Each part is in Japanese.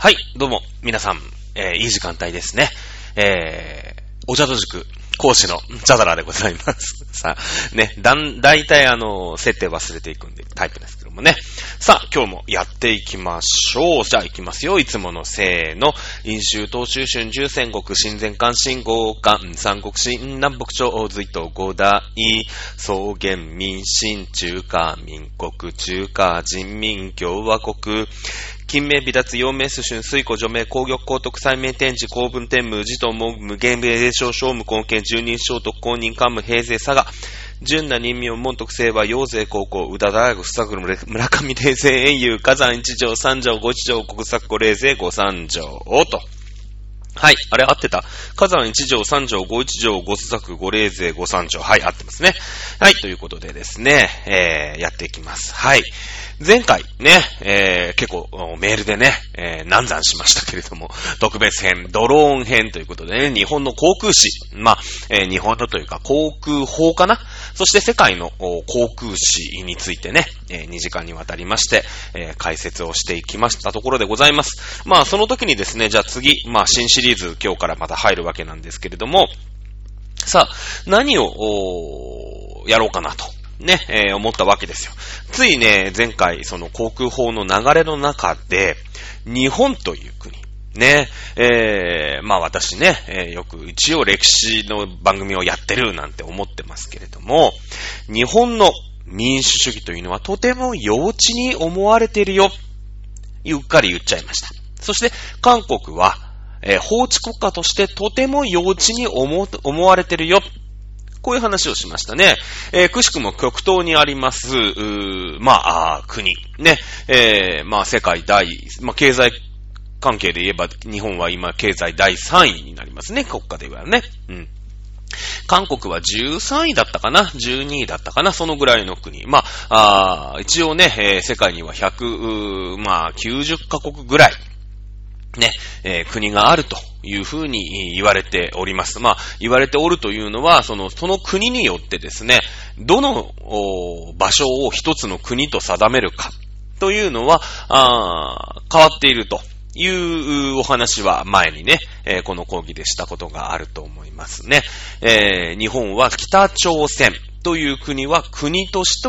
はい、どうも、皆さん、いい時間帯ですね。お茶と塾講師のチャダラでございます。さあ、ね、だいたい設定忘れていくんで、タイプですけどもね。さあ、今日もやっていきましょう。じゃあ行きますよ。いつものせーの。飲酒、東州春秋戦国、親善関心豪華、三国新南北朝、隋と五代、草原民進、中華民国、中華人民共和国、金名、微脱、陽明、主春、水庫、除名、皇玉、皇徳、祭明、天智、公文、天武、持統、無限、霊障、小無、根権、十人、小徳、公認、官務、平勢、佐賀、純那、任命、門徳、清和、陽勢、高校、宇田大学、須作、村上、霊勢、英雄、火山、一条、三条、五一条、国策、五霊勢、五三条、と。はい。あれ、合ってた。火山一条、三条、五一条、五作、五霊勢、五三条。はい、合ってますね。はい。ということでですね、やっていきます。はい。前回ね、結構メールでね、難産しましたけれども、特別編、ドローン編ということでね、日本の航空史、日本のというか航空法かな、そして世界の航空史についてね、2時間にわたりまして、解説をしていきましたところでございます。その時にですね、じゃあ次、新シリーズ今日からまた入るわけなんですけれども、さあ、何をやろうかなと。ね、思ったわけですよ。ついね、前回、その航空法の流れの中で、日本という国、ね、私ね、よく一応歴史の番組をやってるなんて思ってますけれども、日本の民主主義というのはとても幼稚に思われているよ。うっかり言っちゃいました。そして、韓国は、法治国家としてとても幼稚に思われているよ。こういう話をしましたね。くしくも極東にあります、国。ね。世界経済関係で言えば、日本は今、経済第3位になりますね。国家で言えばね。うん。韓国は13位だったかな ?12 位だったかなそのぐらいの国。一応ね、世界には90カ国ぐらい。ね、国があるというふうに言われております。言われておるというのは、その国によってですね、どの場所を一つの国と定めるかというのは、変わっているというお話は前にね、この講義でしたことがあると思いますね。日本は北朝鮮という国は国として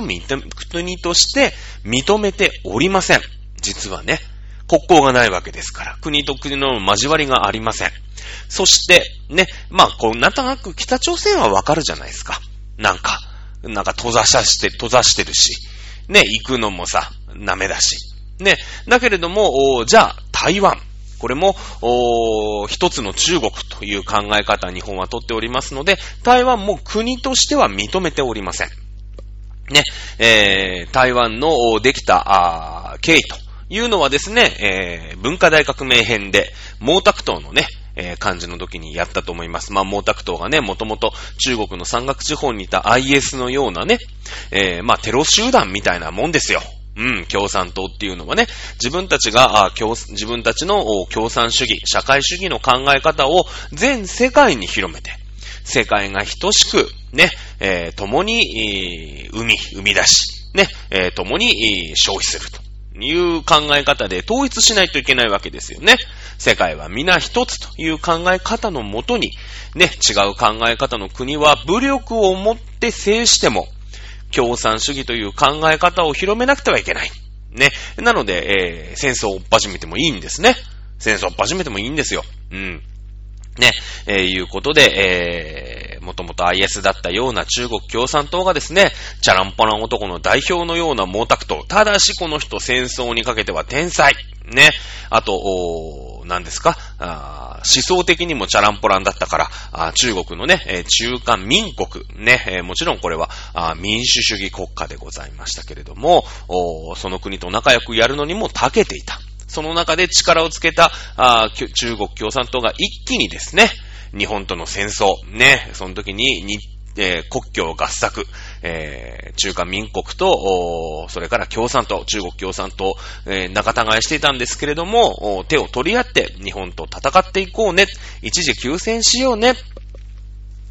認めておりません。実はね。国交がないわけですから、国と国の交わりがありません。そして、ね、なんとなく北朝鮮はわかるじゃないですか。なんか閉ざしてるし、ね、行くのもさ、ダメだし。ね、だけれども、じゃあ、台湾。これも、一つの中国という考え方、日本はとっておりますので、台湾も国としては認めておりません。ね、台湾のできた、経緯と、いうのはですね、文化大革命編で毛沢東のね、漢字の時にやったと思います。毛沢東がね、もともと中国の山岳地方にいた IS のようなね、テロ集団みたいなもんですよ。共産党っていうのはね、自分たちの共産主義、社会主義の考え方を全世界に広めて、世界が等しく、ね、共に、生み出し、ね、共に消費すると。いう考え方で統一しないといけないわけですよね。世界は皆一つという考え方のもとに、ね、違う考え方の国は武力をもって制しても、共産主義という考え方を広めなくてはいけない。ね。なので、戦争を始めてもいいんですね。戦争を始めてもいいんですよ。ね、いうことで、もともと IS だったような中国共産党がですね、チャランポラン男の代表のような毛沢東。ただしこの人戦争にかけては天才。ね。あと、何ですか思想的にもチャランポランだったから、中国のね、中華民国。ね、もちろんこれは民主主義国家でございましたけれども、その国と仲良くやるのにも長けていた。その中で力をつけた中国共産党が一気にですね、日本との戦争、ね、その時に国境合作、中華民国と、それから共産党、中国共産党、仲違いしていたんですけれども、手を取り合って日本と戦っていこうね、一時休戦しようね、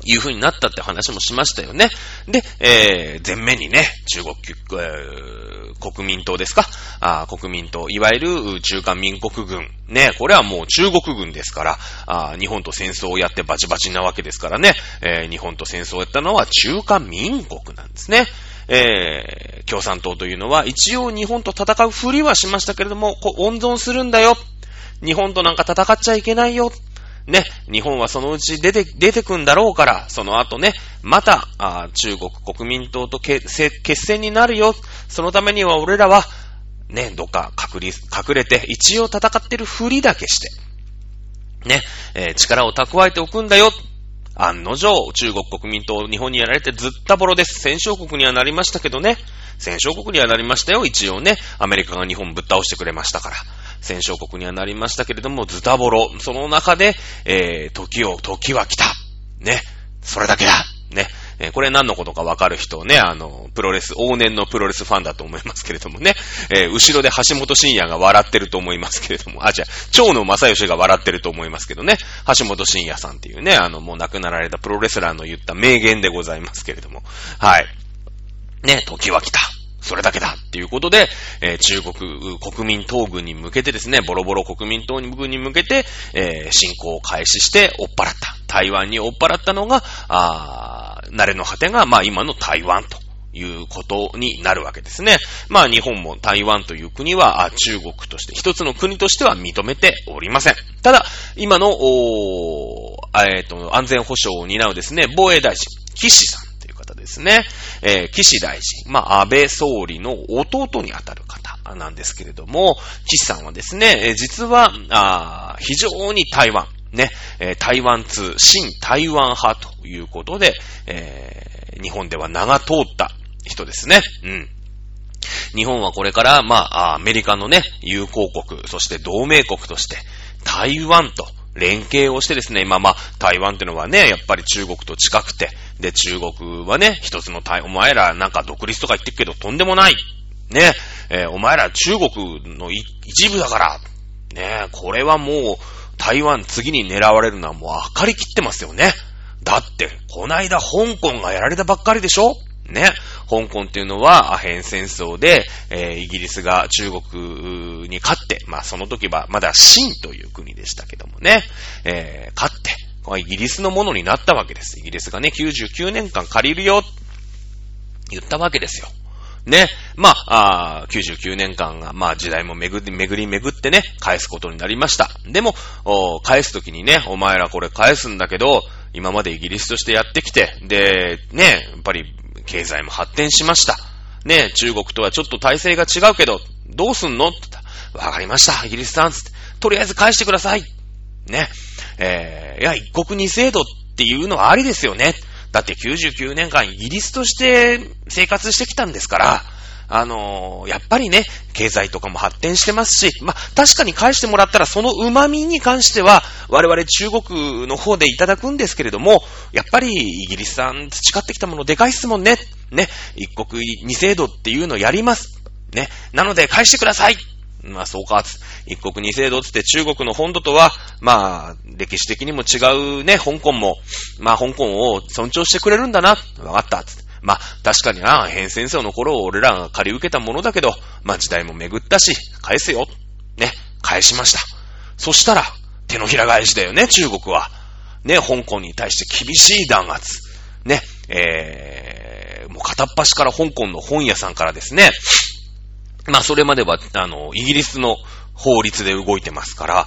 いう風になったって話もしましたよね。で、前面にね、中国、国民党ですか？国民党、いわゆる中華民国軍。ね、これはもう中国軍ですから、日本と戦争をやってバチバチなわけですからね、日本と戦争をやったのは中華民国なんですね。共産党というのは一応日本と戦うふりはしましたけれども、温存するんだよ。日本となんか戦っちゃいけないよ。ね、日本はそのうち出てくんだろうから、その後ね、また、中国国民党と決戦になるよ。そのためには俺らは、ね、どっか隠れて、一応戦ってるふりだけして、ね、力を蓄えておくんだよ。案の定、中国国民党、日本にやられてずったぼろです。戦勝国にはなりましたけどね。戦勝国にはなりましたよ。一応ね、アメリカが日本ぶっ倒してくれましたから。戦勝国にはなりましたけれども、ズタボロ。その中で、時は来た。ね。それだけだ。ね。これ何のことかわかる人ね、往年のプロレスファンだと思いますけれどもね。後ろで橋本真也が笑ってると思いますけれども、長野正義が笑ってると思いますけどね。橋本真也さんっていうね、もう亡くなられたプロレスラーの言った名言でございますけれども。はい。ね、時は来た。それだけだっていうことで、中国国民党軍に向けてですね、ボロボロ国民党軍に向けて、侵攻を開始して追っ払った。台湾に追っ払ったのが、慣れの果てが、今の台湾ということになるわけですね。日本も台湾という国は、中国として、一つの国としては認めておりません。ただ、今の、安全保障を担うですね、防衛大臣、岸さん。ですね。岸大臣。安倍総理の弟にあたる方なんですけれども、岸さんはですね、実は、非常に台湾、ね、台湾通、親台湾派ということで、日本では名が通った人ですね。うん。日本はこれから、アメリカのね、友好国、そして同盟国として、台湾と、連携をしてですね、台湾ってのはね、やっぱり中国と近くて、で、中国はね、一つのお前らなんか独立とか言ってるけど、とんでもない。ね、お前ら中国の一部だから。ね、これはもう、台湾次に狙われるのはもう分かりきってますよね。だって、こないだ香港がやられたばっかりでしょ？ね。香港っていうのはアヘン戦争で、イギリスが中国に勝って、その時はまだ清という国でしたけどもね、勝って、イギリスのものになったわけです。イギリスがね、99年間借りるよ、言ったわけですよ。ね。99年間が、時代も巡ってね、返すことになりました。でも、返すときにね、お前らこれ返すんだけど、今までイギリスとしてやってきて、で、ね、やっぱり、経済も発展しました。ね、中国とはちょっと体制が違うけど、どうすんのって言ったら、わかりました、イギリスさんつって。とりあえず返してください。ね。一国二制度っていうのはありですよね。だって99年間イギリスとして生活してきたんですから、やっぱりね、経済とかも発展してますし、確かに返してもらったらその旨味に関しては、我々中国の方でいただくんですけれども、やっぱりイギリスさん培ってきたものでかいっすもんね。ね、一国二制度っていうのをやります。ね、なので返してください。そうか、一国二制度つって中国の本土とは、歴史的にも違うね、香港も、香港を尊重してくれるんだな。わかった。つって。確かにアヘン戦争の頃俺らが借り受けたものだけど、時代も巡ったし、返すよ。ね、返しました。そしたら、手のひら返しだよね、中国は。ね、香港に対して厳しい弾圧。ね、もう片っ端から香港の本屋さんからですね、それまでは、イギリスの法律で動いてますから、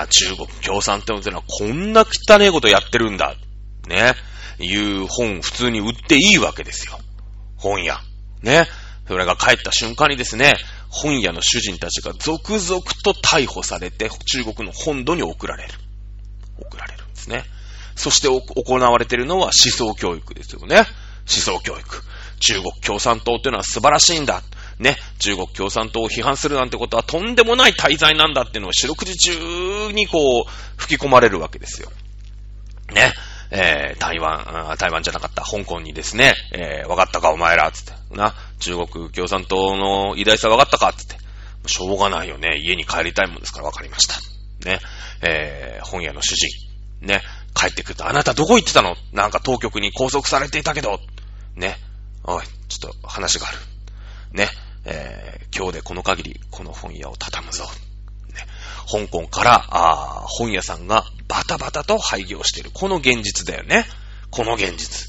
中国共産党というのはこんな汚いことやってるんだ。ね。いう本普通に売っていいわけですよ。本屋。ね。それが帰った瞬間にですね、本屋の主人たちが続々と逮捕されて中国の本土に送られるんですね。そして行われているのは思想教育ですよね。思想教育。中国共産党というのは素晴らしいんだ。ね。中国共産党を批判するなんてことはとんでもない大罪なんだっていうのを四六時中に吹き込まれるわけですよ。ね。台湾じゃなかった、香港にですね、わかったかお前ら、つって。中国共産党の偉大さわかったかつって。しょうがないよね。家に帰りたいもんですからわかりました。ね。本屋の主人。ね。 帰ってくると、あなたどこ行ってたの？なんか当局に拘束されていたけど、ね。おい、ちょっと話がある。ね。今日でこの限り、この本屋を畳むぞ。ね。香港から、本屋さんがバタバタと廃業している。この現実だよね。この現実。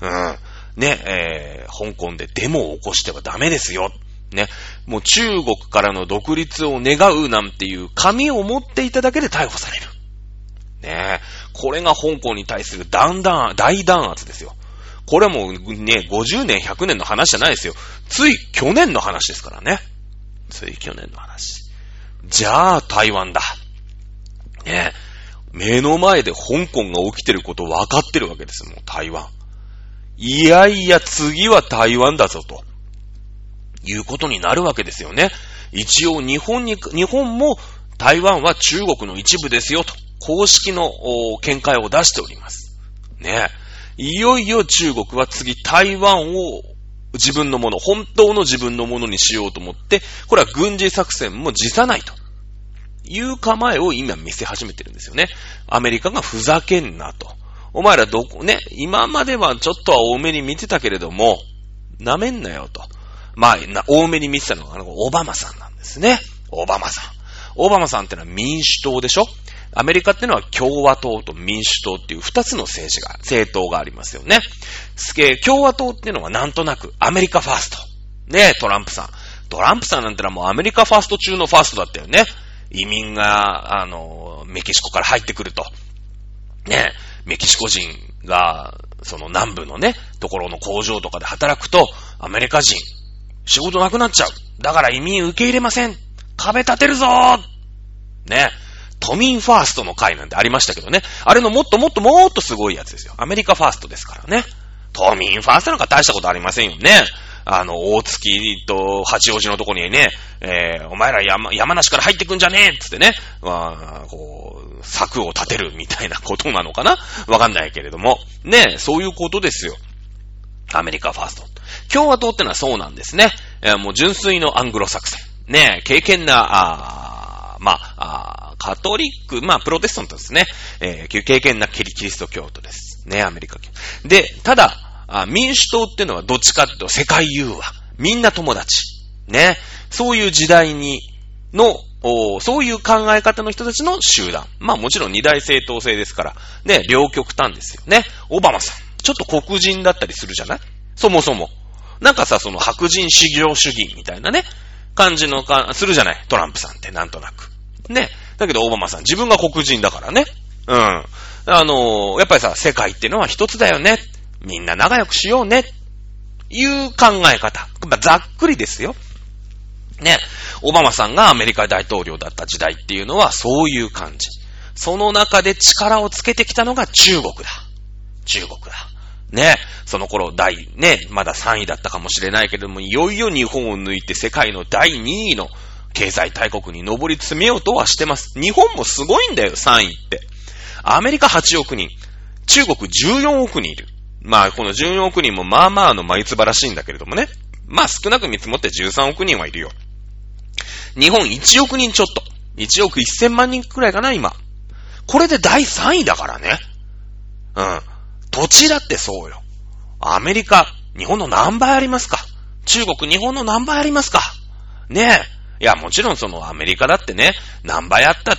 ね。香港でデモを起こしてはダメですよ。ね。もう中国からの独立を願うなんていう紙を持っていただけで逮捕される。ね。これが香港に対する大弾圧ですよ。これはもうね、50年、100年の話じゃないですよ。つい去年の話ですからね。つい去年の話。じゃあ、台湾だ。ね。目の前で香港が起きてること分かってるわけですよ、もう台湾。いやいや、次は台湾だぞ、ということになるわけですよね。一応日本も台湾は中国の一部ですよ、と公式の見解を出しております。ね。いよいよ中国は次台湾を自分のもの、本当の自分のものにしようと思って、これは軍事作戦も辞さないという構えを今見せ始めてるんですよね。アメリカがふざけんなと。お前らね、今まではちょっとは多めに見てたけれども、舐めんなよと。まあ、多めに見てたのがオバマさんなんですね。オバマさん。オバマさんってのは民主党でしょ？アメリカってのは共和党と民主党っていう二つの政党がありますよね。共和党っていうのはなんとなくアメリカファースト。ね、トランプさん。トランプさんなんてのはもうアメリカファースト中のファーストだったよね。移民が、メキシコから入ってくると。ね、メキシコ人が、その南部のね、ところの工場とかで働くと、アメリカ人、仕事なくなっちゃう。だから移民受け入れません。壁立てるぞーね。都民ファーストの会なんてありましたけどね。あれのもっとすごいやつですよ。アメリカファーストですからね。都民ファーストなんか大したことありませんよね。大月と八王子のとこにね、お前ら山梨から入ってくんじゃねえっつってね、こう、柵を立てるみたいなことなのかな？わかんないけれども。ね、そういうことですよ。アメリカファースト。共和党ってのはそうなんですね。もう純粋のアングロサクセン。ね、敬虔な、カトリック、プロテスタントですね。敬虔なキリスト教徒です。ね、アメリカ教。で、ただ、民主党っていうのはどっちかっていうと世界融和。みんな友達。ね。そういう時代そういう考え方の人たちの集団。もちろん二大政党制ですから。ね、両極端ですよね。オバマさん。ちょっと黒人だったりするじゃない？そもそも。なんかさ、その白人至上主義みたいなね、感じのするじゃない？トランプさんってなんとなく。ね。だけどオバマさん自分が黒人だからね。やっぱりさ、世界っていうのは一つだよね。みんな仲良くしようね。いう考え方。ざっくりですよ。ね。オバマさんがアメリカ大統領だった時代っていうのはそういう感じ。その中で力をつけてきたのが中国だ。中国だ。ね。その頃まだ3位だったかもしれないけれども、いよいよ日本を抜いて世界の第2位の経済大国に上り詰めようとはしてます。日本もすごいんだよ、3位って。アメリカ8億人。中国14億人いる。この14億人も眉唾らしいんだけれどもね。少なく見積もって13億人はいるよ。日本1億人ちょっと。1億1000万人くらいかな、今。これで第3位だからね。土地だってそうよ。アメリカ、日本の何倍ありますか？中国、日本の何倍ありますか？ねえ。いや、もちろんそのアメリカだってね、何倍あったって、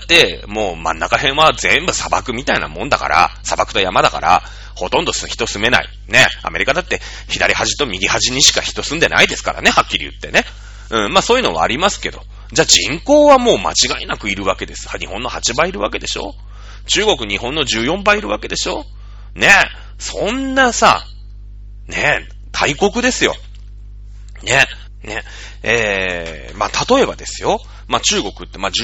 もう真ん中辺は全部砂漠みたいなもんだから、砂漠と山だから、ほとんど人住めない。ね。アメリカだって左端と右端にしか人住んでないですからね、はっきり言ってね。そういうのはありますけど。じゃあ人口はもう間違いなくいるわけです。日本の8倍いるわけでしょ？中国、日本の14倍いるわけでしょ？ね。そんなさ、ね、大国ですよ。ね。ね。例えばですよ。中国って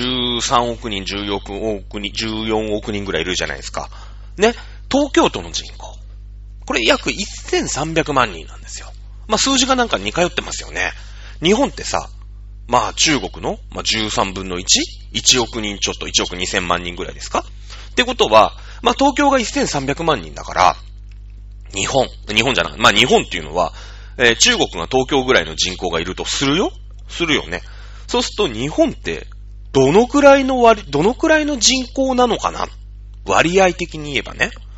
、13億人、14億人ぐらいいるじゃないですか。ね。東京都の人口。これ約1300万人なんですよ。数字がなんか似通ってますよね。日本ってさ、中国の、13分の1？ 1 億人ちょっと、1億2000万人ぐらいですか？ってことは、東京が1300万人だから、日本じゃない。日本っていうのは、中国が東京ぐらいの人口がいるとするよね。そうすると日本ってどのくらいの人口なのかな？割合的に言えばね。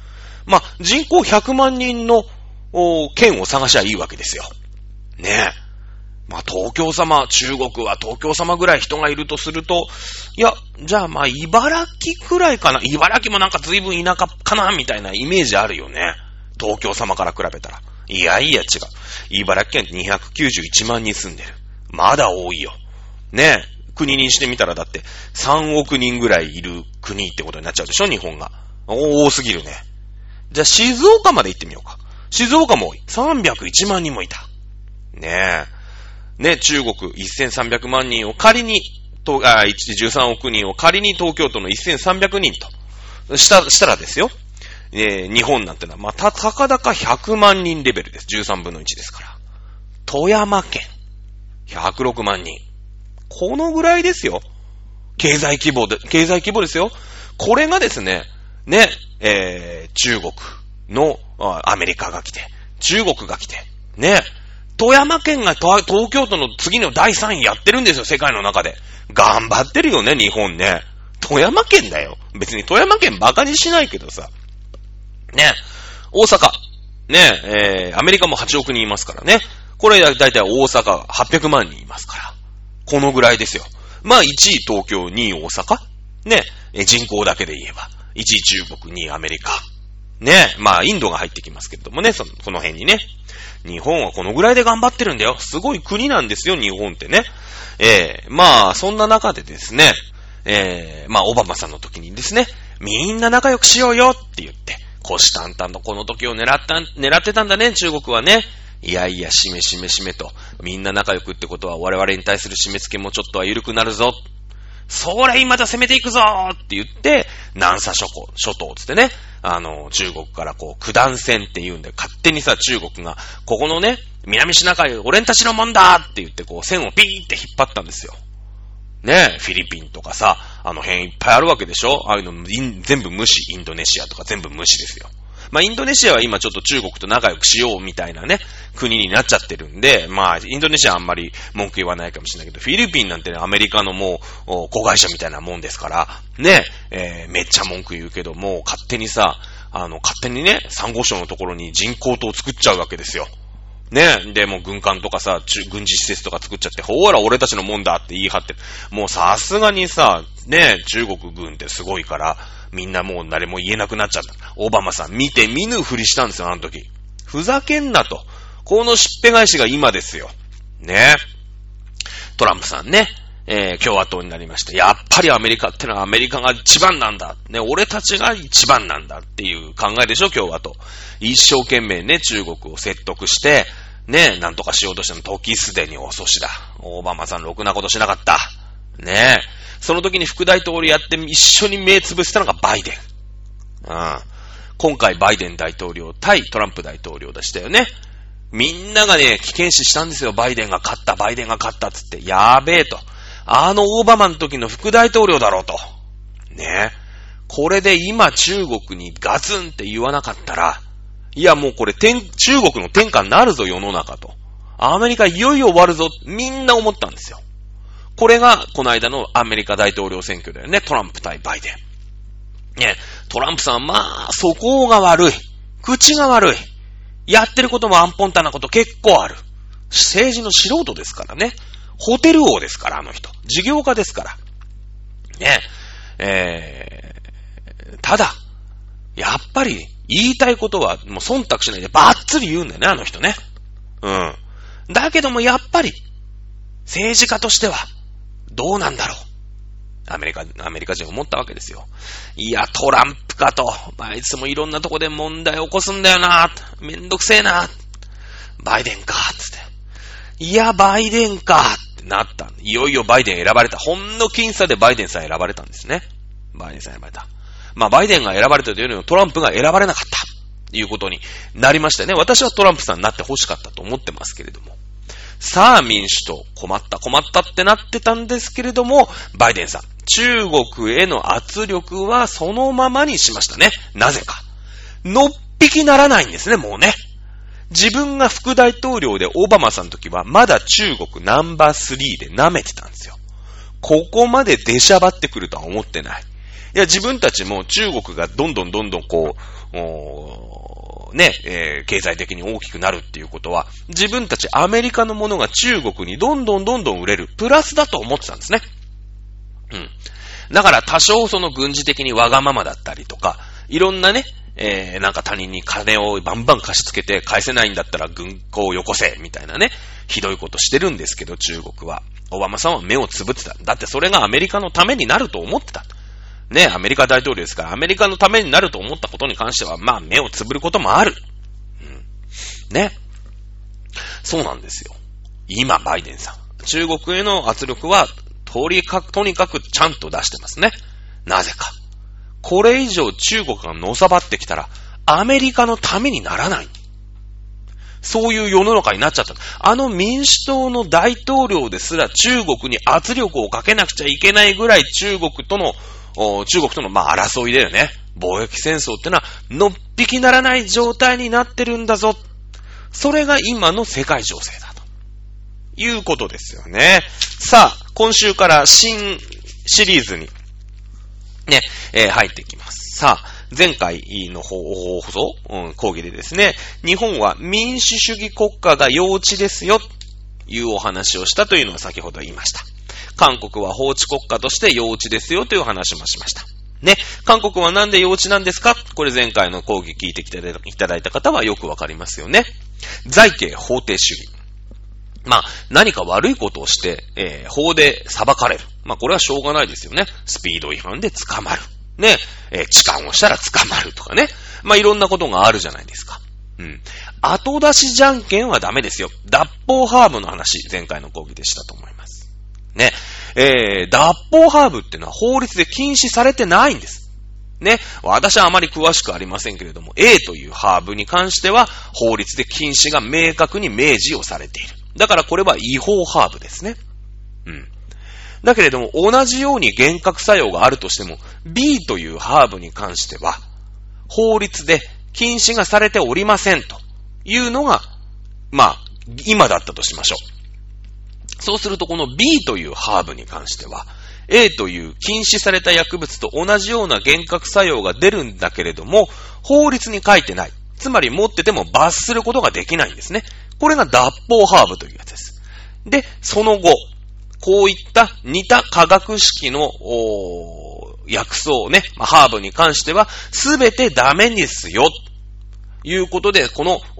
まあ、人口100万人の県を探しゃいいわけですよ。ねえ。まあ、東京様、中国は東京様ぐらい人がいるとすると、いや、じゃあまあ、茨城くらいかな。茨城もなんか随分田舎かなみたいなイメージあるよね。東京様から比べたら。いやいや違う。茨城県291万人住んでる。まだ多いよ。ねえ。国にしてみたらだって3億人ぐらいいる国ってことになっちゃうでしょ、日本が。多すぎるね。じゃあ静岡まで行ってみようか。静岡も多い。301万人もいた。ねえ。ね、中国1300万人を仮に、13億人を仮に東京都の1300人としたらですよ。日本なんてのは、まあ、たかだか100万人レベルです。13分の1ですから。富山県、106万人。このぐらいですよ。経済規模ですよ。これがですね、中国のアメリカが来て、中国が来て、ね、富山県が東京都の次の第3位やってるんですよ、世界の中で。頑張ってるよね、日本ね。富山県だよ。別に富山県バカにしないけどさ。ね、大阪。ね、アメリカも8億人いますからね。これだいたい大阪800万人いますから。このぐらいですよ。まあ1位東京、2位大阪。ね、人口だけで言えば。1位中国、2位アメリカ。ね、まあインドが入ってきますけれどもね、その辺にね。日本はこのぐらいで頑張ってるんだよ。すごい国なんですよ、日本ってね。まあそんな中でですね、まあオバマさんの時にですね、みんな仲良くしようよって言って、虎視眈々とこの時を狙ってたんだね、中国はね。いやいや、しめと。みんな仲良くってことは我々に対する締め付けもちょっとは緩くなるぞ。それ今だ攻めていくぞって言って、南沙諸島つってね、中国からこう、九段線って言うんで、勝手にさ、中国が、ここのね、南シナ海、俺たちのもんだって言って、こう、線をピーって引っ張ったんですよ。ねえ、フィリピンとかさ、辺いっぱいあるわけでしょ。ああいうの全部無視、インドネシアとか全部無視ですよ。まあ、インドネシアは今ちょっと中国と仲良くしようみたいなね、国になっちゃってるんで、まあ、インドネシアはあんまり文句言わないかもしれないけど、フィリピンなんてね、アメリカのもう、子会社みたいなもんですから、ね、めっちゃ文句言うけども、勝手にね、珊瑚礁のところに人工島を作っちゃうわけですよ。ね、で、もう軍艦とかさ、軍事施設とか作っちゃって、ほら、俺たちのもんだって言い張って、もうさすがにさ、ね、中国軍ってすごいから、みんなもう誰も言えなくなっちゃった。オバマさん見て見ぬふりしたんですよ、あの時。ふざけんなと。このしっぺ返しが今ですよ。ね。トランプさんね、共和党になりました。やっぱりアメリカってのはアメリカが一番なんだ。ね、俺たちが一番なんだっていう考えでしょ、共和党。一生懸命ね、中国を説得して、ね、なんとかしようとしても時すでに遅しだ。オバマさんろくなことしなかった。ね。その時に副大統領やって一緒に目つぶしたのがバイデン。今回バイデン大統領対トランプ大統領でしたよね。みんながね、危険視したんですよ。バイデンが勝ったつって。やべえと。オバマの時の副大統領だろうと。ね。これで今中国にガツンって言わなかったら、いやもうこれ中国の天下になるぞ世の中と。アメリカいよいよ終わるぞ。みんな思ったんですよ。これがこの間のアメリカ大統領選挙だよね。トランプ対バイデン。ね。トランプさんまあ、素行が悪い。口が悪い。やってることもアンポンタなこと結構ある。政治の素人ですからね。ホテル王ですから、あの人。事業家ですから。ね。ただ、やっぱり言いたいことはもう忖度しないでバッツリ言うんだよね、あの人ね。だけどもやっぱり、政治家としては、どうなんだろう。アメリカ人思ったわけですよ。いや、トランプかと。あいつもいろんなとこで問題を起こすんだよな。めんどくせえな。バイデンか。つって。いや、バイデンか。ってなった。いよいよバイデン選ばれた。ほんの僅差でバイデンさん選ばれたんですね。バイデンさん選ばれた。まあ、バイデンが選ばれたというよりもトランプが選ばれなかった。ということになりましたね。私はトランプさんになって欲しかったと思ってますけれども。さあ、民主党、困ったってなってたんですけれども、バイデンさん、中国への圧力はそのままにしましたね。なぜか。のっぴきならないんですね、もうね。自分が副大統領でオバマさんの時は、まだ中国ナンバー3で舐めてたんですよ。ここまで出しゃばってくるとは思ってない。 いや、自分たちも中国がどんどんこう、経済的に大きくなるっていうことは、自分たちアメリカのものが中国にどんどん売れる、プラスだと思ってたんですね。だから多少その軍事的にわがままだったりとか、いろんなね、なんか他人に金をバンバン貸し付けて返せないんだったら軍港をよこせ、みたいなね、ひどいことしてるんですけど、中国は。オバマさんは目をつぶってた。だってそれがアメリカのためになると思ってた。ね、アメリカ大統領ですから、アメリカのためになると思ったことに関しては、まあ目をつぶることもある。ね。そうなんですよ。今、バイデンさん。中国への圧力は、とにかくちゃんと出してますね。なぜか。これ以上中国がのさばってきたら、アメリカのためにならない。そういう世の中になっちゃった。あの民主党の大統領ですら中国に圧力をかけなくちゃいけないぐらい中国との争いだよね。貿易戦争ってのは、のっぴきならない状態になってるんだぞ。それが今の世界情勢だということですよね。さあ、今週から新シリーズにね、入ってきます。さあ、前回の放送、講義でですね、日本は民主主義国家が幼稚ですよ、というお話をしたというのは先ほど言いました。韓国は法治国家として幼稚ですよという話もしました。ね、韓国はなんで幼稚なんですか？これ前回の講義聞いていただいた方はよくわかりますよね。財形法定主義。まあ、何か悪いことをして、法で裁かれる。まあ、これはしょうがないですよね。スピード違反で捕まる。ね、痴漢をしたら捕まるとかね。まあ、いろんなことがあるじゃないですか。後出しじゃんけんはダメですよ。脱法ハーブの話、前回の講義でしたと思います。ね、脱法ハーブっていうのは法律で禁止されてないんです。ね、私はあまり詳しくありませんけれども、A というハーブに関しては法律で禁止が明確に明示をされている。だからこれは違法ハーブですね。だけれども、同じように幻覚作用があるとしても、B というハーブに関しては、法律で禁止がされておりませんというのが、まあ、今だったとしましょう。そうすると、この B というハーブに関しては、A という禁止された薬物と同じような幻覚作用が出るんだけれども、法律に書いてない。つまり持ってても罰することができないんですね。これが脱法ハーブというやつです。で、その後、こういった似た化学式の薬草ね、ハーブに関してはすべてダメですよ。いうことで、この、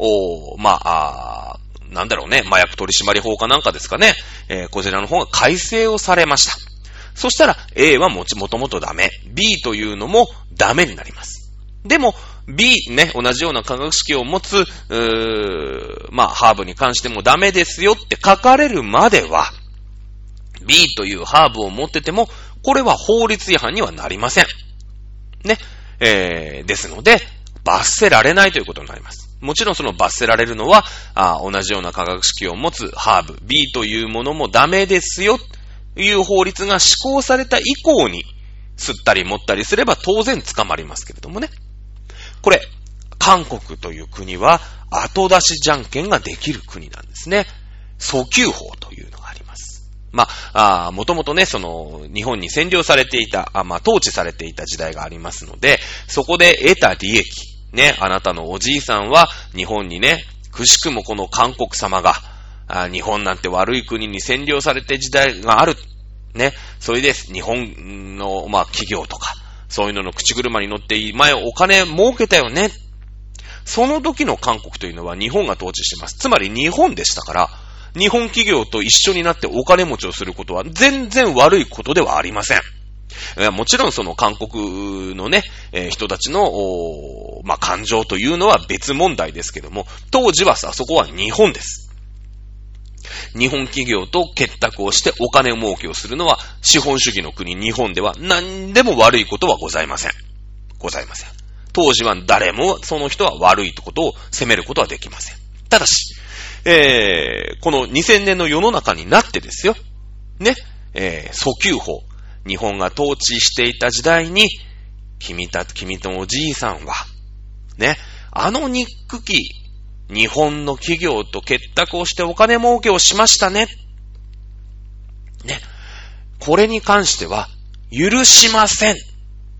なんだろうね、麻薬取締法かなんかですかね、こちらの方が改正をされました。そしたら A はもともとダメ。B というのもダメになります。でも B ね、同じような化学式を持つ、ハーブに関してもダメですよって書かれるまでは、B というハーブを持ってても、これは法律違反にはなりません。ね。ですので、罰せられないということになります。もちろんその罰せられるのは、同じような化学式を持つハーブ、B というものもダメですよ、という法律が施行された以降に、吸ったり持ったりすれば当然捕まりますけれどもね。これ、韓国という国は、後出しじゃんけんができる国なんですね。訴求法というのがあります。もともとね、日本に占領されていた、統治されていた時代がありますので、そこで得た利益、ね、あなたのおじいさんは日本にね、くしくもこの韓国様が、日本なんて悪い国に占領されて時代がある。ね、それで日本の、企業とか、そういうのの口車に乗って前お金儲けたよね。その時の韓国というのは日本が統治してます。つまり日本でしたから、日本企業と一緒になってお金持ちをすることは全然悪いことではありません。もちろんその韓国のね、人たちの、感情というのは別問題ですけども、当時はそこは日本です。日本企業と結託をしてお金儲けをするのは資本主義の国日本では何でも悪いことはございません。当時は誰もその人は悪いことを責めることはできません。ただし、この2000年の世の中になってですよ。ね、訴求法。日本が統治していた時代に、君とおじいさんは、ね、憎き日本の企業と結託をしてお金儲けをしましたね。ね。これに関しては、許しません。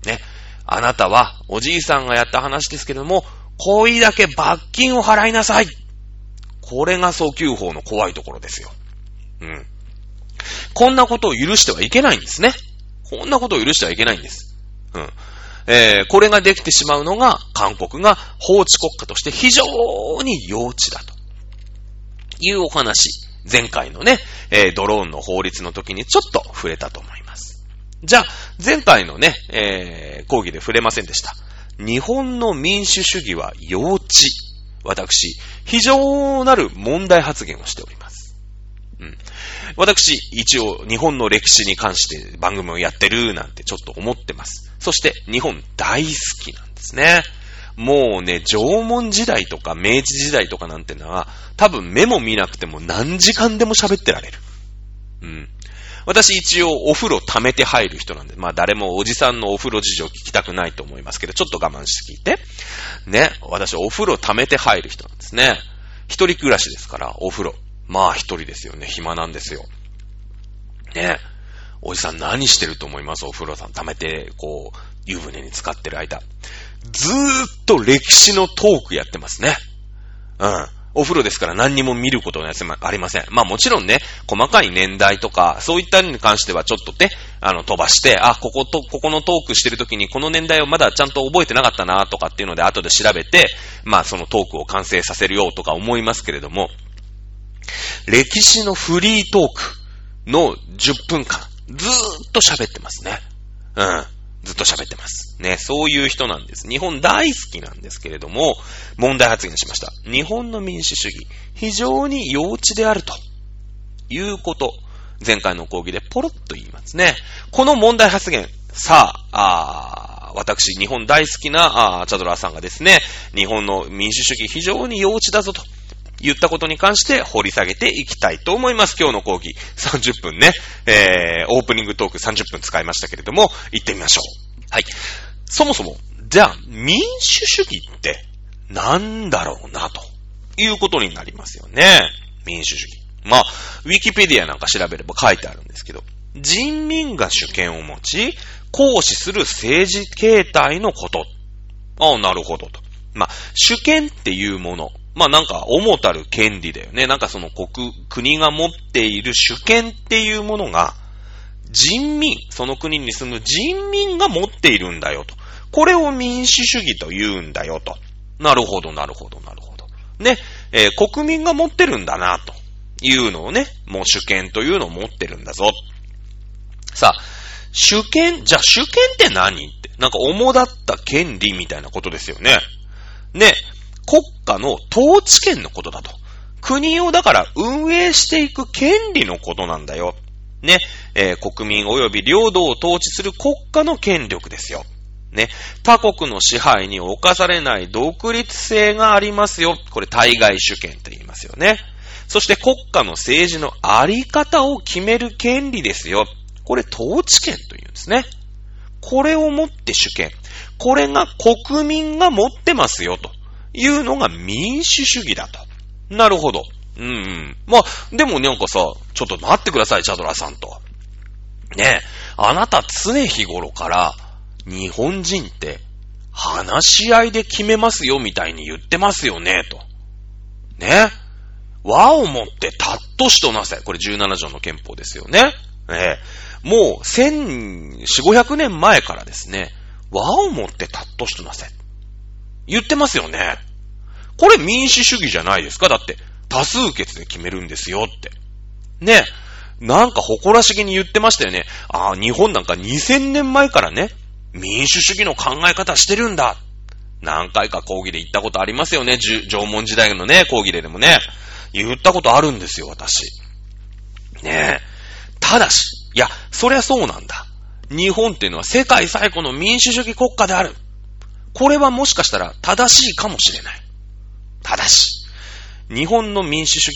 ね。あなたはおじいさんがやった話ですけども、こいだけ罰金を払いなさい。これが訴求法の怖いところですよ。うん。こんなことを許してはいけないんですね。こんなことを許してはいけないんです。うん。これができてしまうのが、韓国が法治国家として非常に幼稚だというお話。前回のね、ドローンの法律の時にちょっと触れたと思います。じゃあ、前回のね、講義で触れませんでした。日本の民主主義は幼稚。私、非常なる問題発言をしております。うん。私、一応、日本の歴史に関して番組をやってるなんてちょっと思ってます。そして、日本大好きなんですね。もうね、縄文時代とか明治時代とかなんてのは、多分目も見なくても何時間でも喋ってられる。うん。私一応お風呂溜めて入る人なんで、まあ誰もおじさんのお風呂事情聞きたくないと思いますけど、ちょっと我慢して聞いて。ね、私お風呂溜めて入る人なんですね。一人暮らしですから、お風呂。まあ一人ですよね、暇なんですよ。ね、おじさん何してると思います？お風呂さん溜めて、こう、湯船に浸かってる間。ずーっと歴史のトークやってますね。うん。お風呂ですから何にも見ることはありません。まあもちろんね、細かい年代とか、そういったのに関してはちょっとね、飛ばして、ここのトークしてる時にこの年代をまだちゃんと覚えてなかったなとかっていうので後で調べて、まあそのトークを完成させるよとか思いますけれども、歴史のフリートークの10分間、ずーっと喋ってますね。うん。ずっと喋ってます。ね、そういう人なんです。日本大好きなんですけれども、問題発言しました。日本の民主主義、非常に幼稚であるということ、前回の講義でポロッと言いますね。この問題発言、さあ、私、日本大好きなチャドラーさんがですね、日本の民主主義非常に幼稚だぞと言ったことに関して掘り下げていきたいと思います。今日の講義30分ね、オープニングトーク30分使いましたけれども、行ってみましょう。はい。そもそも、じゃあ、民主主義ってなんだろうな、ということになりますよね。民主主義。まあ、ウィキペディアなんか調べれば書いてあるんですけど、人民が主権を持ち、行使する政治形態のこと。なるほどと。まあ、主権っていうもの。まあなんか、主たる権利だよね。なんかその国が持っている主権っていうものが、人民、その国に住む人民が持っているんだよと。これを民主主義と言うんだよと。なるほど、なるほど、なるほど。ね、国民が持ってるんだな、というのをね、もう主権というのを持ってるんだぞ。さあ、主権、じゃあ主権って何って、なんか主だった権利みたいなことですよね。ね、国家の統治権のことだと。国をだから運営していく権利のことなんだよ。ね、国民及び領土を統治する国家の権力ですよ。ね、他国の支配に侵されない独立性がありますよ。これ対外主権と言いますよね。そして国家の政治のあり方を決める権利ですよ。これ統治権というんですね。これをもって主権。これが国民が持ってますよというのが民主主義だと。なるほど。まあ、でもなんかさ、ちょっと待ってください、チャドラさんと。ねえ、あなた常日頃から日本人って話し合いで決めますよみたいに言ってますよね、と。ね。和をもってたっとしとなせ。これ17条の憲法ですよね。もう1400、500年前からですね、和をもってたっとしとなせ。言ってますよね。これ民主主義じゃないですか？だって多数決で決めるんですよって。ね。なんか誇らしげに言ってましたよね。日本なんか2000年前からね、民主主義の考え方してるんだ。何回か講義で言ったことありますよね。縄文時代のね、講義でもね。言ったことあるんですよ、私。ねえ。ただし、いや、そりゃそうなんだ。日本っていうのは世界最古の民主主義国家である。これはもしかしたら正しいかもしれない。ただし、日本の民主主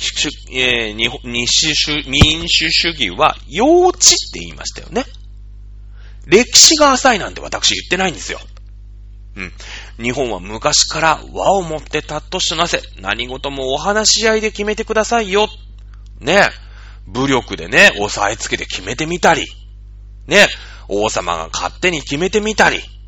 義は幼稚って言いましたよね。歴史が浅いなんて私言ってないんですよ。日本は昔から和をもってたっとしとなせ。何事もお話し合いで決めてくださいよ。ね。武力でね、押さえつけて決めてみたり。ね。王様が勝手に決めてみたり。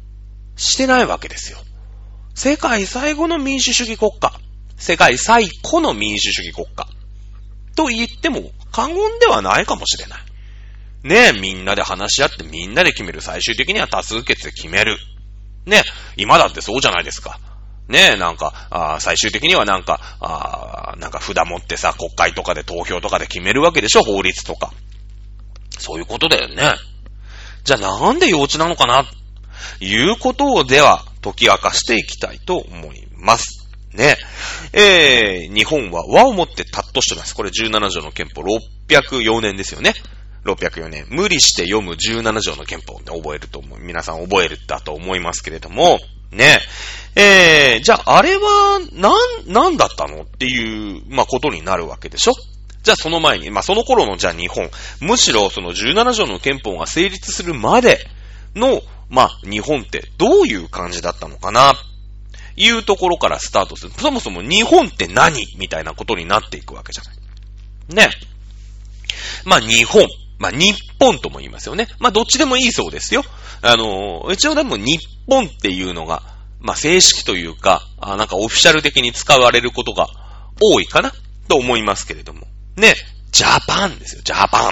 してないわけですよ。世界最後の民主主義国家。世界最古の民主主義国家。と言っても過言ではないかもしれない。ねえ、みんなで話し合ってみんなで決める。最終的には多数決で決める。ねえ、今だってそうじゃないですか。ねえ、なんか、最終的にはなんか札持ってさ、国会とかで投票とかで決めるわけでしょ、法律とか。そういうことだよね。じゃあなんで幼稚なのかな、いうことをでは解き明かしていきたいと思います。ね。日本は和をもって尊しとります。これ17条の憲法604年ですよね。604年。無理して読む17条の憲法で覚えると思う。皆さん覚えるだと思いますけれども、ね。じゃああれは何だったのっていう、ことになるわけでしょ。じゃあその前に、その頃のじゃあ日本、むしろその17条の憲法が成立するまでの、日本ってどういう感じだったのかな、いうところからスタートする。そもそも日本って何みたいなことになっていくわけじゃない。ね。日本。日本とも言いますよね。どっちでもいいそうですよ。一応でも日本っていうのが、正式というか、なんかオフィシャル的に使われることが多いかなと思いますけれども。ね。ジャパンですよ。ジャパン。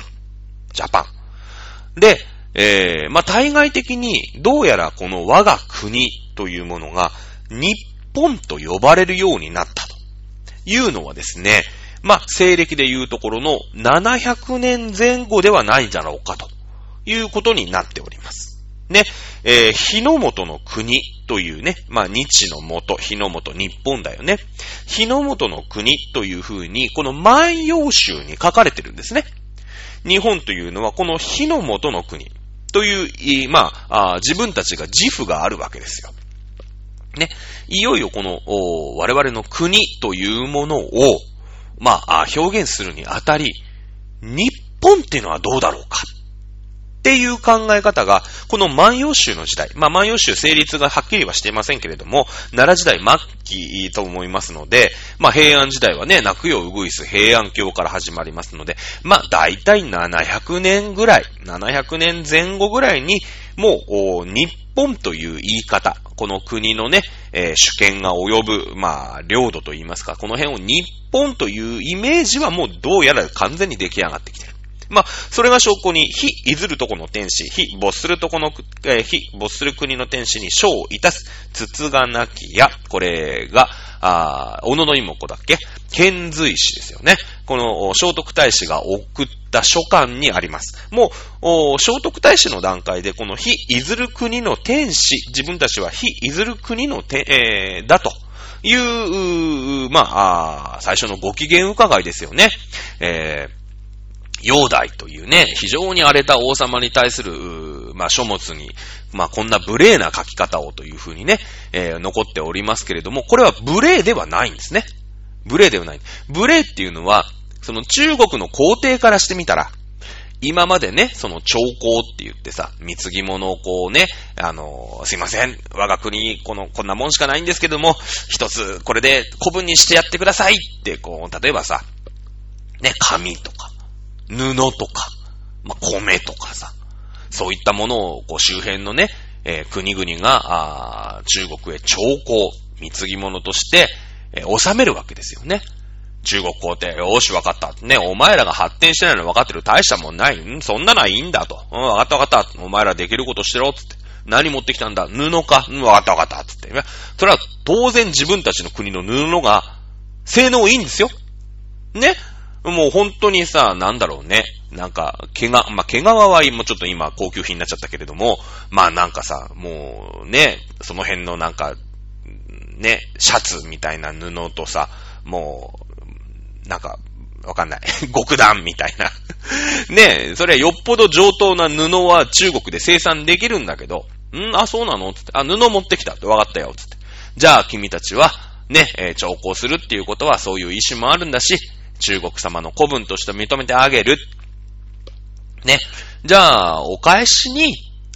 で、対外的にどうやらこの我が国というものが日本と呼ばれるようになったというのはですね、西暦でいうところの700年前後ではないんじゃろうかということになっております。ね、日の本の国というね、日の元、日の本、日本だよね。日の本の国というふうに、この万葉集に書かれてるんですね。日本というのはこの日の本の国という、自分たちが自負があるわけですよ。ね、いよいよこの我々の国というものを表現するにあたり、日本っていうのはどうだろうかっていう考え方が、この万葉集の時代、万葉集成立がはっきりはしていませんけれども、奈良時代末期と思いますので、平安時代はね、泣くようぐいす平安京から始まりますので、だいたい700年ぐらい、700年前後ぐらいに、もう、日本という言い方、この国のね、主権が及ぶ、領土と言いますか、この辺を日本というイメージはもうどうやら完全に出来上がってきている。それが証拠に、非いずるとこの天使、非没するとこの、非没する国の天使に書をいたす、つつがなきや、これが、小野妹子だっけ？遣隋使ですよね。この聖徳太子が送った書簡にあります。もう、聖徳太子の段階で、この非いずる国の天使、自分たちは非いずる国のだという、最初のご機嫌伺いですよね。煬帝というね、非常に荒れた王様に対する、書物に、こんな無礼な書き方をというふうにね、残っておりますけれども、これは無礼ではないんですね。無礼ではない。無礼っていうのは、その中国の皇帝からしてみたら、今までね、その朝貢って言ってさ、貢ぎ物をこうね、すいません、我が国、こんなもんしかないんですけども、一つこれで古文にしてやってくださいって、例えばさ、ね、紙とか、布とか、米とかさ、そういったものを周辺のね、国々が中国へ朝貢、貢ぎ物として、納めるわけですよね。中国皇帝、よーしわかった。ね、お前らが発展してないの分かってる。大したもんない。そんなのはいいんだと。わかったわかった。お前らできることしてろ。つって。何持ってきたんだ？布か。わかったわかった。つって。それは当然自分たちの国の布が性能いいんですよ。ね。もう本当にさ、なんだろうね。なんか、毛皮はもうちょっと今高級品になっちゃったけれども、なんかさ、もうね、その辺のなんか、ね、シャツみたいな布とさ、もう、なんか、わかんない。極暖みたいな。ね、それはよっぽど上等な布は中国で生産できるんだけど、そうなのつって、布持ってきたってわかったよ。つって。じゃあ君たちは、ね、朝貢するっていうことはそういう意思もあるんだし、中国様の子分として認めてあげる。ね。じゃあ、お返しに、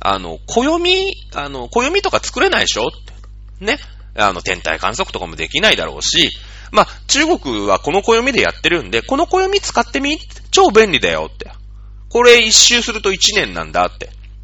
暦とか作れないでしょって。ね。天体観測とかもできないだろうし、中国はこの暦でやってるんで、この暦使ってみ？超便利だよって。これ一周すると1年なんだって。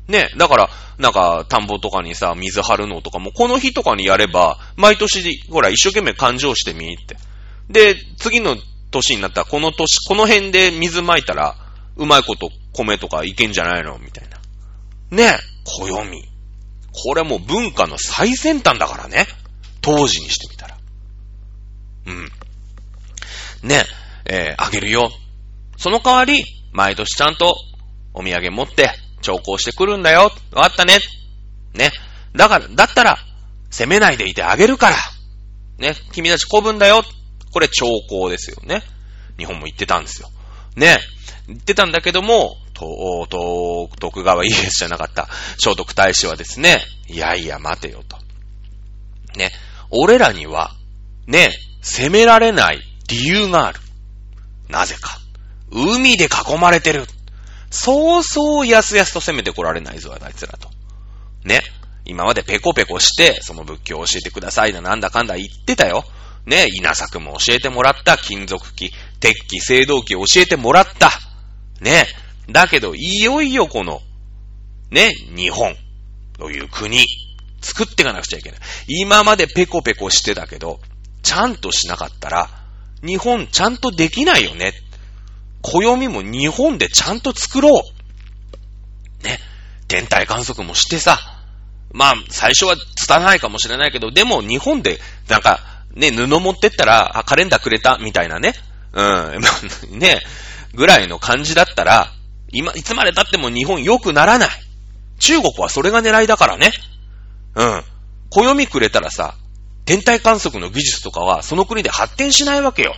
ね、だから、なんか、田んぼとかにさ、水張るのとかも、この日とかにやれば、毎年、ほら、一生懸命勘定してみって。で、次の年になったら、この辺で水撒いたら、うまいこと米とかいけんじゃないのみたいな。ね、暦。これもう文化の最先端だからね。当時にしてみたら。うん。ね、あげるよ。その代わり、毎年ちゃんとお土産持って徴工してくるんだよ。わかったね。ね。だったら、責めないでいてあげるから。ね。君たち子分だよ。これ徴工ですよね。日本も言ってたんですよ。ね。言ってたんだけども、徳川家康じゃなかった。聖徳太子はですね、いやいや待てよと。ね。俺らには、ね、責められない理由がある。なぜか。海で囲まれてる。そうそうやすやすと攻めてこられないぞ、あいつらと。ね。今までペコペコして、その仏教を教えてくださいな、なんだかんだ言ってたよ。ね。稲作も教えてもらった。金属機、鉄器、青銅器教えてもらった。ね。だけど、いよいよこの、ね、日本という国、作っていかなくちゃいけない。今までペコペコしてたけど、ちゃんとしなかったら、日本ちゃんとできないよね。暦も日本でちゃんと作ろう。ね。天体観測もしてさ、まあ、最初は拙ないかもしれないけど、でも日本で、なんか、ね、布持ってったら、カレンダーくれた、みたいなね。ね、ぐらいの感じだったら、いつまで経っても日本良くならない。中国はそれが狙いだからね。暦くれたらさ、天体観測の技術とかはその国で発展しないわけよ。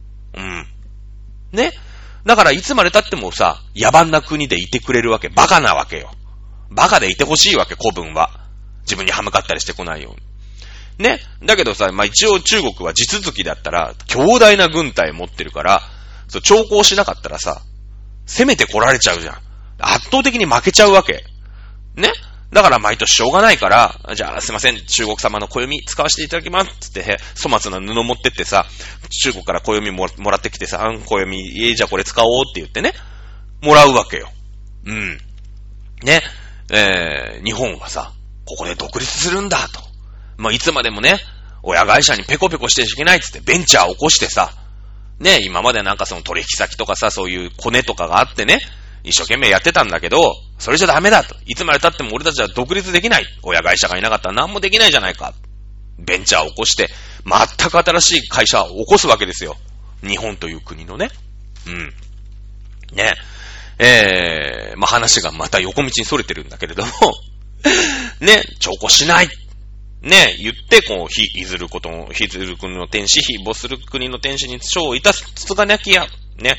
ね。だからいつまで経ってもさ、野蛮な国でいてくれるわけ。バカなわけよ。バカでいてほしいわけ、古文は。自分に歯向かったりしてこないように。ね。だけどさ、まあ、一応中国は地続きだったら、強大な軍隊持ってるから、徴工しなかったらさ、攻めてこられちゃうじゃん。圧倒的に負けちゃうわけ。ね。だから毎年しょうがないから、じゃあすいません、中国様の暦使わせていただきますつって、粗末な布持ってってさ、中国から暦もらってきてさ、暦、じゃあこれ使おうって言ってね、もらうわけよ。ね。日本はさ、ここで独立するんだと。まあ、いつまでもね、親会社にペコペコしていけないっつってベンチャーを起こしてさ、ね、今までなんかその取引先とかさ、そういうコネとかがあってね、一生懸命やってたんだけど、それじゃダメだと。いつまで経っても俺たちは独立できない。親会社がいなかったら何もできないじゃないか。ベンチャーを起こして、全く新しい会社を起こすわけですよ。日本という国のね。ね。まあ、話がまた横道に逸れてるんだけれども、ね、徴工しない。ね、言って、こう、いずる国の天使、没する国の天使に賞をいたす、つつがなきや、ね、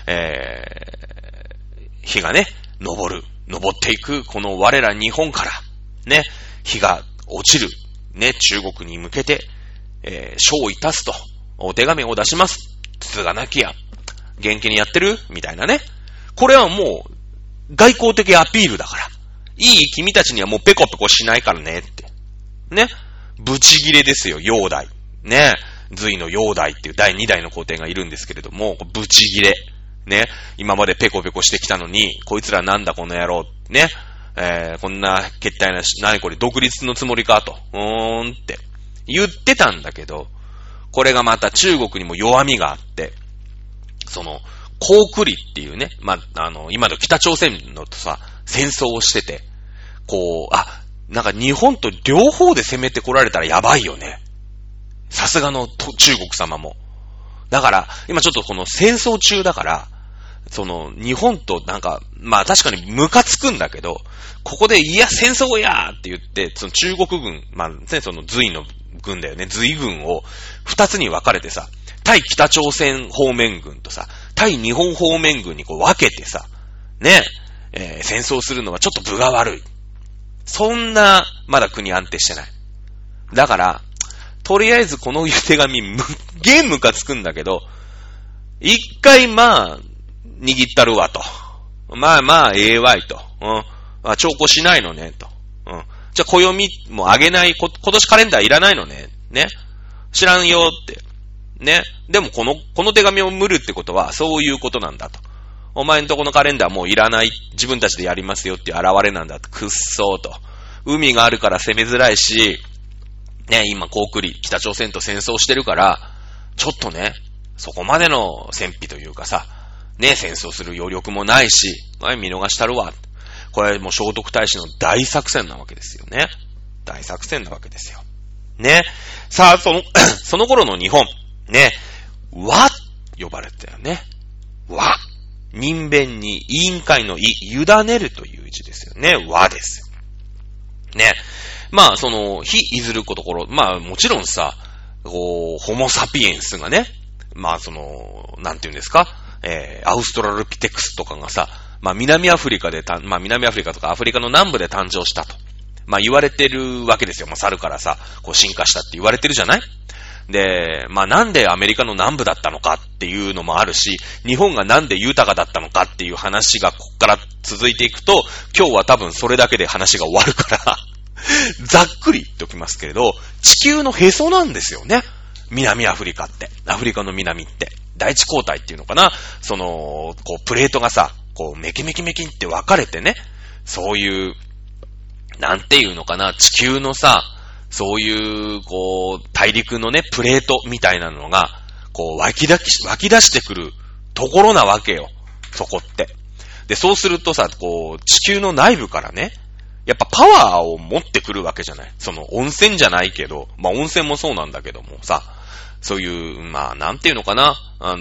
日がね、昇っていく、この我ら日本から、ね、日が落ちる、ね、中国に向けて、賞をいたすと、お手紙を出します。つつがなきや、元気にやってるみたいなね。これはもう、外交的アピールだから。いい君たちにはもうペコペコしないからねって。ね。ブチギレですよ、煬帝。ね。隋の煬帝っていう第2代の皇帝がいるんですけれども、ブチギレ。ね。今までペコペコしてきたのに、こいつらなんだこの野郎。ね。こんな決体なし、何これ独立のつもりかと。って言ってたんだけど、これがまた中国にも弱みがあって、その、高句麗っていうね、まあ、今の北朝鮮のとさ、戦争をしてて、こう、なんか日本と両方で攻めてこられたらやばいよね。さすがの中国様も。だから、今ちょっとこの戦争中だから、その、日本となんか、まあ確かにムカつくんだけど、ここで、いや、戦争やーって言って、その中国軍、まあね、その隋の軍だよね、隋軍を二つに分かれてさ、対北朝鮮方面軍とさ、対日本方面軍にこう分けてさ、ね、戦争するのはちょっと分が悪い。そんな、まだ国安定してない。だから、とりあえずこの手紙、ゲームがつくんだけど、一回まあ、握ったるわと。まあ、ええわいと。徴工しないのね、と。じゃあ、暦もあげない、今年カレンダーいらないのね。ね。知らんよって。ね。でもこの手紙を見るってことは、そういうことなんだと。 お前んとこのカレンダーもういらない。自分たちでやりますよっていう現れなんだ。くっそーと。海があるから攻めづらいし、ね、今、北朝鮮と戦争してるから、ちょっとね、そこまでの戦費というかさ、ね、戦争する余力もないし、見逃したるわ。これもう聖徳太子の大作戦なわけですよね。大作戦なわけですよ。ね。さあ、その頃の日本、ね、和、呼ばれてたよね。和。人弁に委員会の委ねるという字ですよね。和ですよ。ね。まあ、非いずるところ、まあ、もちろんさ、ホモサピエンスがね、まあ、なんていうんですか、アウストラルピテクスとかがさ、まあ、南アフリカとかアフリカの南部で誕生したと。まあ、言われてるわけですよ。まあ、猿からさ、進化したって言われてるじゃない？で、まあ、なんでアメリカの南部だったのかっていうのもあるし、日本がなんで豊かだったのかっていう話がこっから続いていくと、今日は多分それだけで話が終わるから、ざっくり言っておきますけれど、地球のへそなんですよね。南アフリカって。アフリカの南って。大地交代っていうのかな。プレートがさ、メキメキメキって分かれてね、そういう、なんていうのかな、地球のさ、そういう、大陸のね、プレートみたいなのが、湧き出してくるところなわけよ。そこって。で、そうするとさ、地球の内部からね、やっぱパワーを持ってくるわけじゃない。温泉じゃないけど、まあ温泉もそうなんだけどもさ、そういう、まあなんていうのかな、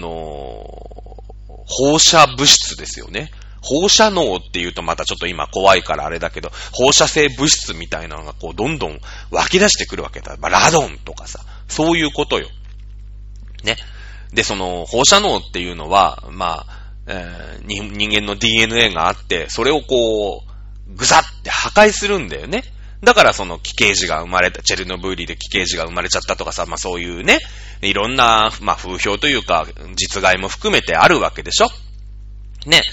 放射物質ですよね。放射能っていうとまたちょっと今怖いからあれだけど、放射性物質みたいなのがどんどん湧き出してくるわけだ。まあラドンとかさ、そういうことよ。ね。で、放射能っていうのは、まあ、人間の DNA があって、それをぐさって破壊するんだよね。だから奇形児が生まれた、チェルノブイリで奇形児が生まれちゃったとかさ、まあそういうね、いろんな、まあ風評というか、実害も含めてあるわけでしょ。ね、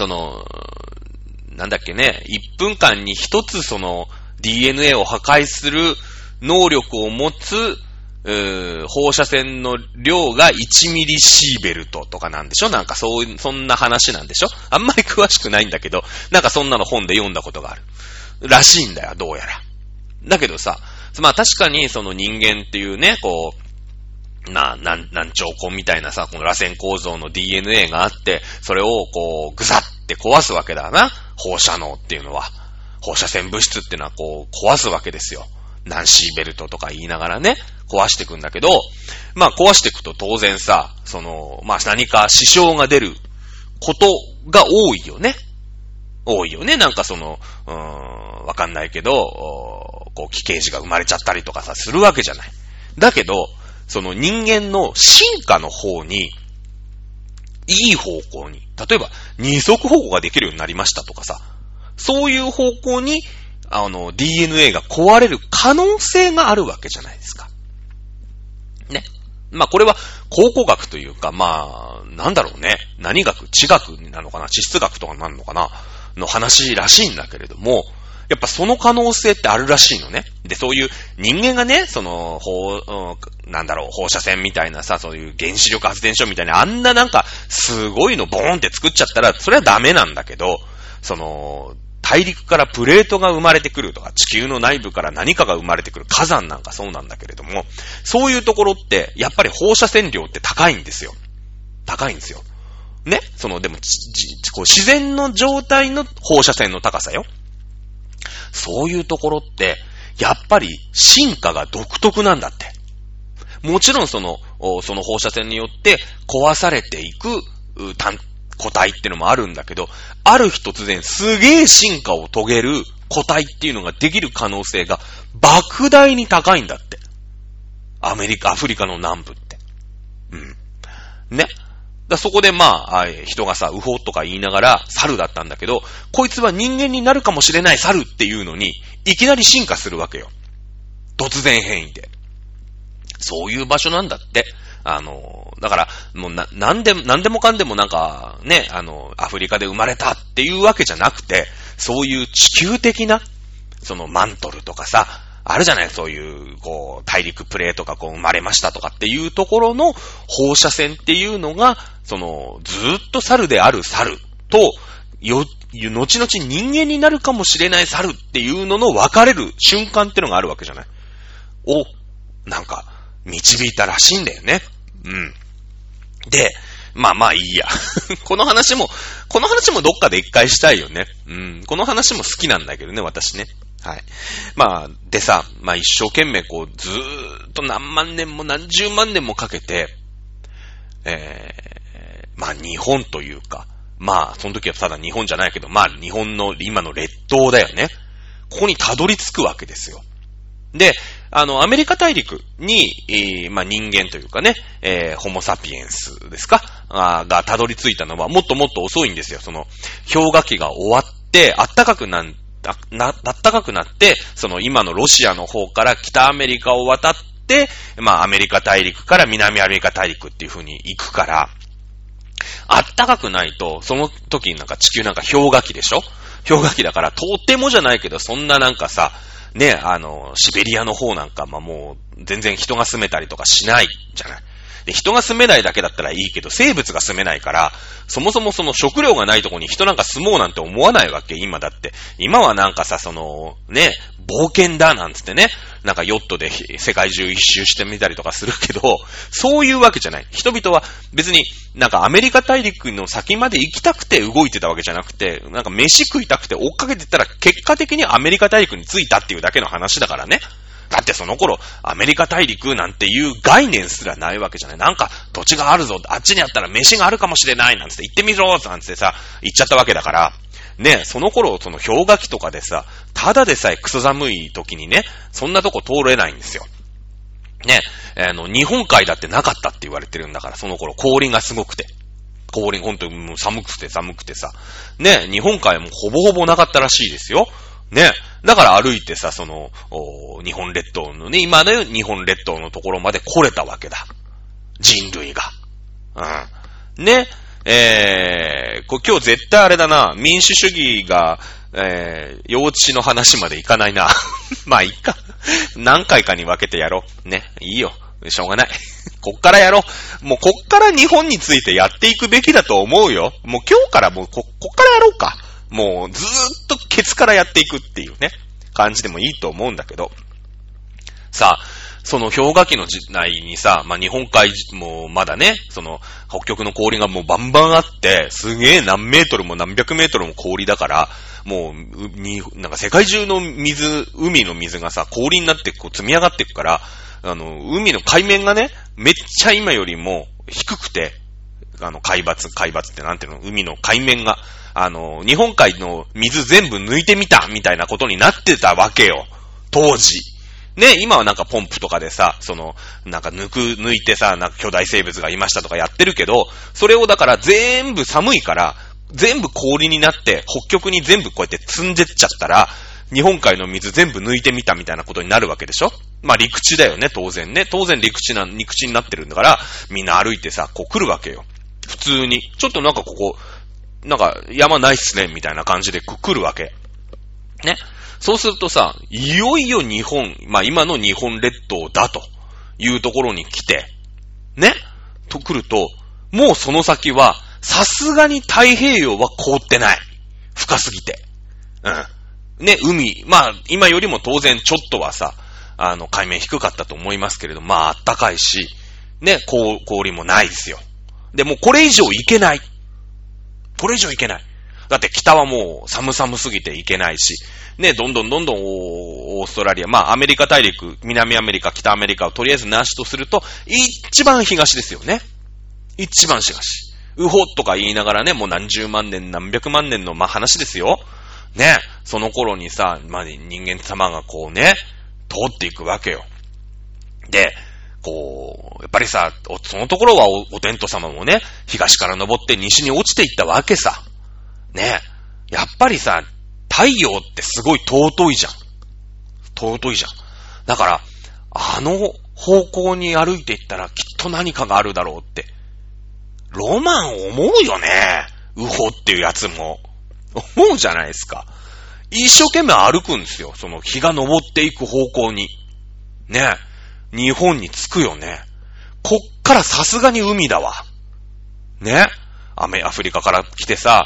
なんだっけね、1分間に一つDNA を破壊する能力を持つ、放射線の量が1ミリシーベルトとかなんでしょ。なんかそんな話なんでしょ。あんまり詳しくないんだけど、なんかそんなの本で読んだことがある。らしいんだよ、どうやら。だけどさ、まあ確かに人間っていうね、難聴根みたいなさ、この螺旋構造の DNA があって、それをぐさって壊すわけだな。放射能っていうのは。放射線物質っていうのは壊すわけですよ。何シーベルトとか言いながらね、壊していくんだけど、まあ壊していくと当然さ、まあ何か支障が出ることが多いよね。多いよね。なんかわかんないけど、奇形児が生まれちゃったりとかさ、するわけじゃない。だけど、人間の進化の方に、いい方向に、例えば二足歩行ができるようになりましたとかさ、そういう方向に、DNA が壊れる可能性があるわけじゃないですか。ね。まあこれは考古学というか、まあ、なんだろうね。何学？地学なのかな？地質学とかなのかな？の話らしいんだけれども、やっぱその可能性ってあるらしいのね。で、そういう人間がね、放射線みたいなさ、そういう原子力発電所みたいな、あんななんか、すごいのボーンって作っちゃったら、それはダメなんだけど、大陸からプレートが生まれてくるとか、地球の内部から何かが生まれてくる、火山なんかそうなんだけれども、そういうところって、やっぱり放射線量って高いんですよ。高いんですよ。ね、でも、自然の状態の放射線の高さよ。そういうところって、やっぱり進化が独特なんだって。もちろんその放射線によって壊されていく個体ってのもあるんだけど、ある日突然すげえ進化を遂げる個体っていうのができる可能性が莫大に高いんだって。アフリカの南部って。うん。ね。そこでまあ、人がさ、ウホとか言いながら猿だったんだけど、こいつは人間になるかもしれない猿っていうのに、いきなり進化するわけよ。突然変異で。そういう場所なんだって。だから、もうなんでもかんでもなんか、ね、アフリカで生まれたっていうわけじゃなくて、そういう地球的な、マントルとかさ、あるじゃない、そういう、大陸プレートが生まれましたとかっていうところの放射線っていうのが、ずーっと猿である猿と、後々人間になるかもしれない猿っていうのの分かれる瞬間ってのがあるわけじゃない。なんか、導いたらしいんだよね。うん。で、まあいいや。この話もどっかで一回したいよね。うん。この話も好きなんだけどね、私ね。はい。でさ、一生懸命こう、ずーっと何万年も何十万年もかけて、日本というか、その時はただ日本じゃないけど、日本の今の列島だよね。ここにたどり着くわけですよ。で、アメリカ大陸に、人間というかね、ホモサピエンスですかがたどり着いたのはもっともっと遅いんですよ。その、氷河期が終わって、暖かくなって、その今のロシアの方から北アメリカを渡って、アメリカ大陸から南アメリカ大陸っていう風に行くから、暖かくないと、その時に地球氷河期でしょ？氷河期だから、とてもじゃないけど、そんなさ、ね、シベリアの方もう、全然人が住めたりとかしないじゃない。で、人が住めないだけだったらいいけど、生物が住めないから、そもそもその食料がないとこに人住もうなんて思わないわけ、今だって。今は冒険だなんつってね、ヨットで世界中一周してみたりとかするけど、そういうわけじゃない。人々は別にアメリカ大陸の先まで行きたくて動いてたわけじゃなくて、飯食いたくて追っかけてったら結果的にアメリカ大陸に着いたっていうだけの話だからね。だってその頃、アメリカ大陸なんていう概念すらないわけじゃない。土地があるぞ、あっちにあったら飯があるかもしれないなんつって行ってみろなんつってさ、行っちゃったわけだから、ね、その頃、その氷河期とかでさ、ただでさえクソ寒い時にね、そんなとこ通れないんですよ。ね、日本海だってなかったって言われてるんだから、その頃氷がすごくて。氷、ほんともう寒くてさ、ね、日本海もほぼほぼなかったらしいですよ。ね。だから歩いてさ、日本列島のね、今の日本列島のところまで来れたわけだ。人類が。うん。ね。今日絶対あれだな、民主主義が、幼稚の話までいかないな。いいか。何回かに分けてやろう。ね。いいよ。しょうがない。こっからやろう。もうこっから日本についてやっていくべきだと思うよ。もう今日からもうこっからやろうか。もうずーっとケツからやっていくっていうね、感じでもいいと思うんだけど。さあ、その氷河期の時代にさ、日本海もまだね、その北極の氷がもうバンバンあって、すげえ何メートルも何百メートルも氷だから、もう世界中の海の水がさ、氷になってこう積み上がっていくから、海の海面がね、めっちゃ今よりも低くて、海抜ってなんていうの、海の海面が、日本海の水全部抜いてみたみたいなことになってたわけよ。当時。ね、今はポンプとかでさ、抜いてさ、巨大生物がいましたとかやってるけど、それをだから全部寒いから、全部氷になって、北極に全部こうやって積んでっちゃったら、日本海の水全部抜いてみたみたいなことになるわけでしょ？陸地だよね、当然ね。当然陸地になってるんだから、みんな歩いてさ、こう来るわけよ。普通に。ちょっとここ、山ないっすね、みたいな感じで来るわけ。ね。そうするとさ、いよいよ日本、今の日本列島だというところに来て、ね。と来ると、もうその先は、さすがに太平洋は凍ってない。深すぎて。うん。ね、海、今よりも当然ちょっとはさ、海面低かったと思いますけれど、あったかいし、ね、氷もないですよ。で、もうこれ以上いけない。だって北はもう寒すぎていけないし、ね、どんどんオーストラリア、アメリカ大陸、南アメリカ、北アメリカをとりあえずなしとすると、一番東ですよね。一番東。ウホとか言いながらね、もう何十万年、何百万年の話ですよ。ね、その頃にさ、人間様がこうね、通っていくわけよ。で、やっぱりさ、そのところはお天道様もね、東から登って西に落ちていったわけさ。ね。やっぱりさ、太陽ってすごい尊いじゃん。だから、あの方向に歩いていったらきっと何かがあるだろうって。ロマン思うよね。ウホっていうやつも。思うじゃないですか。一生懸命歩くんですよ。その日が昇っていく方向に。ね。日本に着くよね。こっからさすがに海だわ。ね。アフリカから来てさ、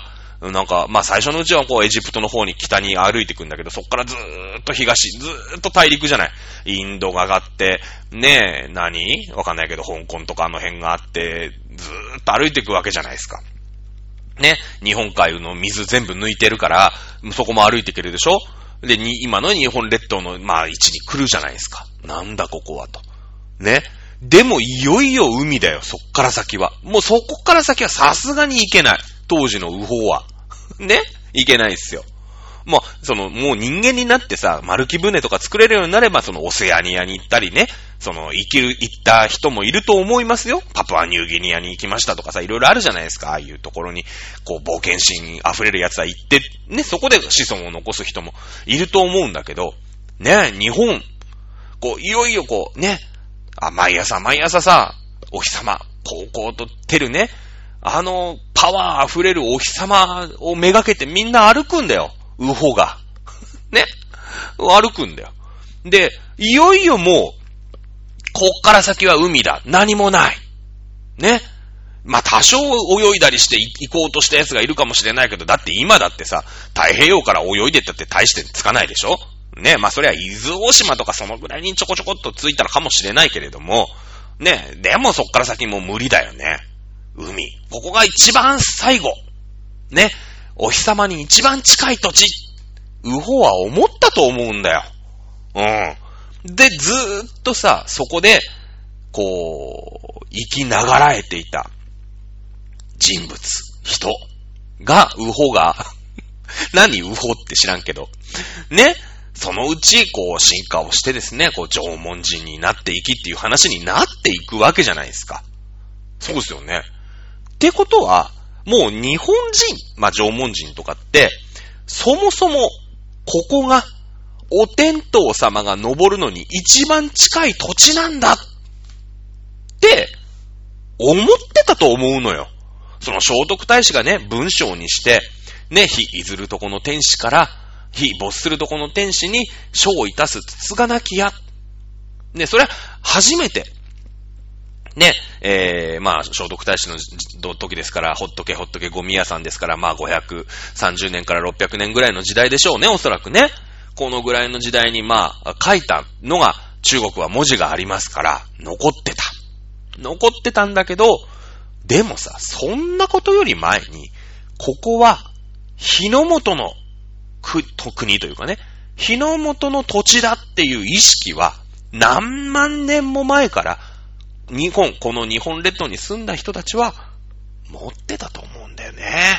なんか、まあ最初のうちはこうエジプトの方に北に歩いてくんだけど、そっからずーっと東、ずーっと大陸じゃない。インドが上がって、ねえ、わかんないけど、香港とかあの辺があって、ずーっと歩いていくわけじゃないですか。ね、日本海の水全部抜いてるから、そこも歩いていけるでしょ？で、今の日本列島の、まあ位置に来るじゃないですか。なんだここはと。ね。でもいよいよ海だよ、そっから先は。もうそこから先はさすがに行けない。当時の右方は。ね？いけないっすよ。もうもう人間になってさ、丸木船とか作れるようになれば、オセアニアに行ったりね、行った人もいると思いますよ。パプアニューギニアに行きましたとかさ、いろいろあるじゃないですか。ああいうところに、こう、冒険心溢れる奴は行って、ね、そこで子孫を残す人もいると思うんだけど、ね、日本、こう、いよいよこう、ね、毎朝さ、お日様、こうこうと照るね、パワー溢れるお日様をめがけてみんな歩くんだよ。ウホが。ね。歩くんだよ。で、いよいよもう、こっから先は海だ。何もない。ね。まあ、多少泳いだりして行こうとしたやつがいるかもしれないけど、だって今だってさ、太平洋から泳いでったって大してつかないでしょ？ね。まあ、それは伊豆大島とかそのぐらいにちょこちょこっとついたらかもしれないけれども、ね。でもそっから先もう無理だよね。海。ここが一番最後。ね。お日様に一番近い土地。ウホは思ったと思うんだよ。うん。で、ずーっとさ、そこで、こう、生きながらえていた人物、人が、ウホが、何ウホって知らんけど。ね。そのうち、こう、進化をしてですね、こう、縄文人になっていきっていう話になっていくわけじゃないですか。そうですよね。ってことは、もう日本人、まあ、縄文人とかって、そもそも、ここが、お天道様が登るのに一番近い土地なんだって、思ってたと思うのよ。その聖徳太子がね、文章にして、ね、日いずるとこの天使から、日没するとこの天使に、書をいたすつつがなきや。ね、それは初めて、ね、まあ、聖徳太子の時ですから、ほっとけゴミ屋さんですから、まあ、530年から600年ぐらいの時代でしょうね、おそらくね。このぐらいの時代に、まあ、書いたのが、中国は文字がありますから、残ってたんだけど、でもさ、そんなことより前に、ここは、日の本の国というかね、日の本の土地だっていう意識は、何万年も前から、この日本列島に住んだ人たちは、持ってたと思うんだよね。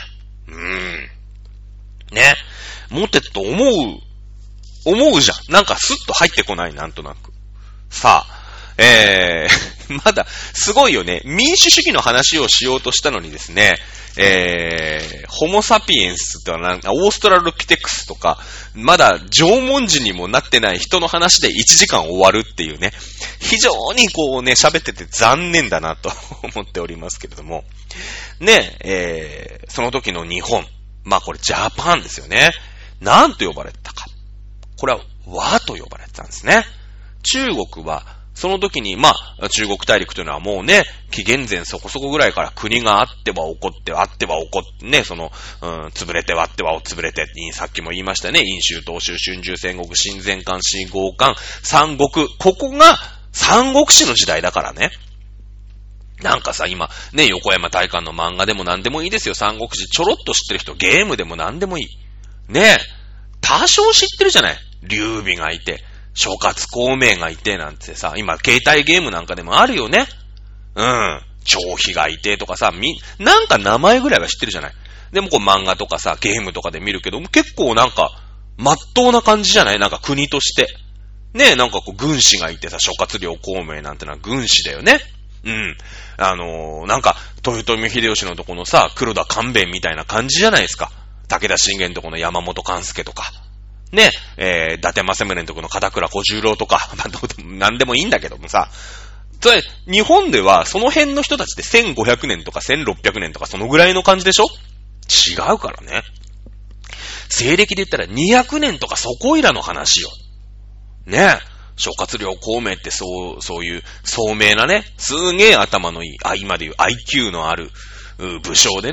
ね。持ってたと思うじゃん。なんかスッと入ってこない、なんとなく。さあ、まだ、すごいよね。民主主義の話をしようとしたのにですね、ホモサピエンスとか、オーストラロピテクスとか、まだ縄文人にもなってない人の話で1時間終わるっていうね、非常にこうね、喋ってて残念だなと思っておりますけれども、ね、その時の日本、まあこれジャパンですよね。なんと呼ばれてたか。これは和と呼ばれてたんですね。中国は、その時に、まあ、中国大陸というのはもうね、紀元前そこそこぐらいから国があっては起こって、ね、潰れてはあっては潰れて、さっきも言いましたね、殷州、東州、春秋、戦国、新前漢、新豪漢、三国、ここが三国志の時代だからね。なんかさ、今、ね、横山大観の漫画でも何でもいいですよ、三国志。ちょろっと知ってる人、ゲームでも何でもいい。ね、多少知ってるじゃない。劉備がいて。諸葛孔明がいてなんてさ、今、携帯ゲームなんかでもあるよね。張飛がいてとかさ、なんか名前ぐらいは知ってるじゃない。でもこう漫画とかさ、ゲームとかで見るけど、結構なんか、まっとうな感じじゃない？なんか国として。ねえ、なんかこう軍師がいてさ、諸葛亮孔明なんてのは軍師だよね。なんか、豊臣秀吉のとこのさ、黒田官兵衛みたいな感じじゃないですか。武田信玄のとこの山本勘助とか。ね、伊達政宗のとこの片倉小十郎とか、まあ、なんでもいいんだけどもさ、日本ではその辺の人たちって1500年とか1600年とかそのぐらいの感じでしょ？違うからね。西暦で言ったら200年とかそこいらの話よ。ね、諸葛亮孔明ってそういう聡明なね、すげえ頭のいい、今でいう IQ のある武将でね、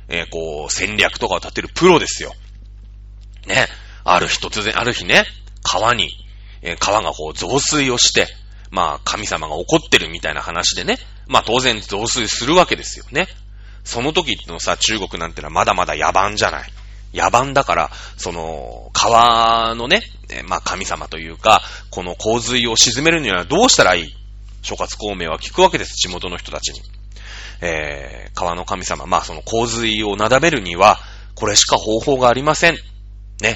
こう、戦略とかを立てるプロですよ。ね。ある日ね、川がこう増水をして、まあ神様が怒ってるみたいな話でね、まあ当然増水するわけですよね。その時のさ、中国なんてのはまだまだ野蛮じゃない。野蛮だから、その、川のね、まあ神様というか、この洪水を鎮めるにはどうしたらいい？諸葛孔明は聞くわけです、地元の人たちに。川の神様、まあその洪水をなだめるには、これしか方法がありません。ね、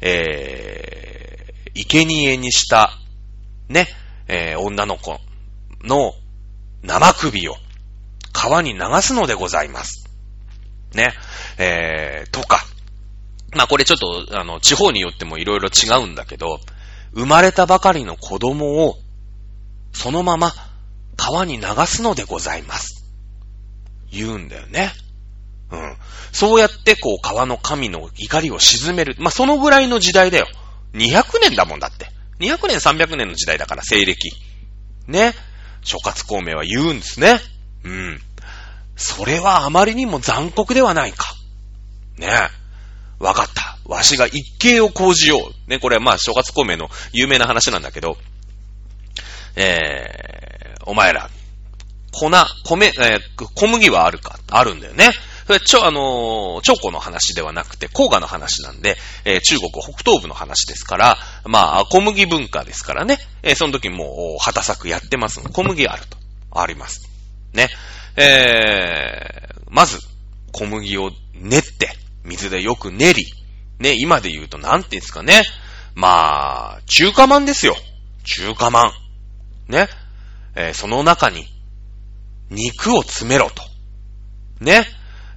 生贄にした、ね、女の子の生首を川に流すのでございます。ね、とか。まあこれちょっと、地方によってもいろいろ違うんだけど、生まれたばかりの子供を、そのまま川に流すのでございます。言うんだよね。うん。そうやってこう川の神の怒りを鎮める。まあそのぐらいの時代だよ。200年だもんだって。200年300年の時代だから、西暦。ね。諸葛孔明は言うんですね。うん。それはあまりにも残酷ではないか。ね。わかった。わしが一計を講じよう。ね、これはまあ諸葛孔明の有名な話なんだけど、お前ら、小麦はあるんだよね。それ長江の話ではなくて、黄河の話なんで、中国北東部の話ですから、まあ、小麦文化ですからね、その時もう、畑作やってますので、小麦あります。ね。まず、小麦を練って、水でよく練り、ね、今で言うとなんて言うんですかね。まあ、中華まんですよ。中華まん。ね。その中に、肉を詰めろと。ね。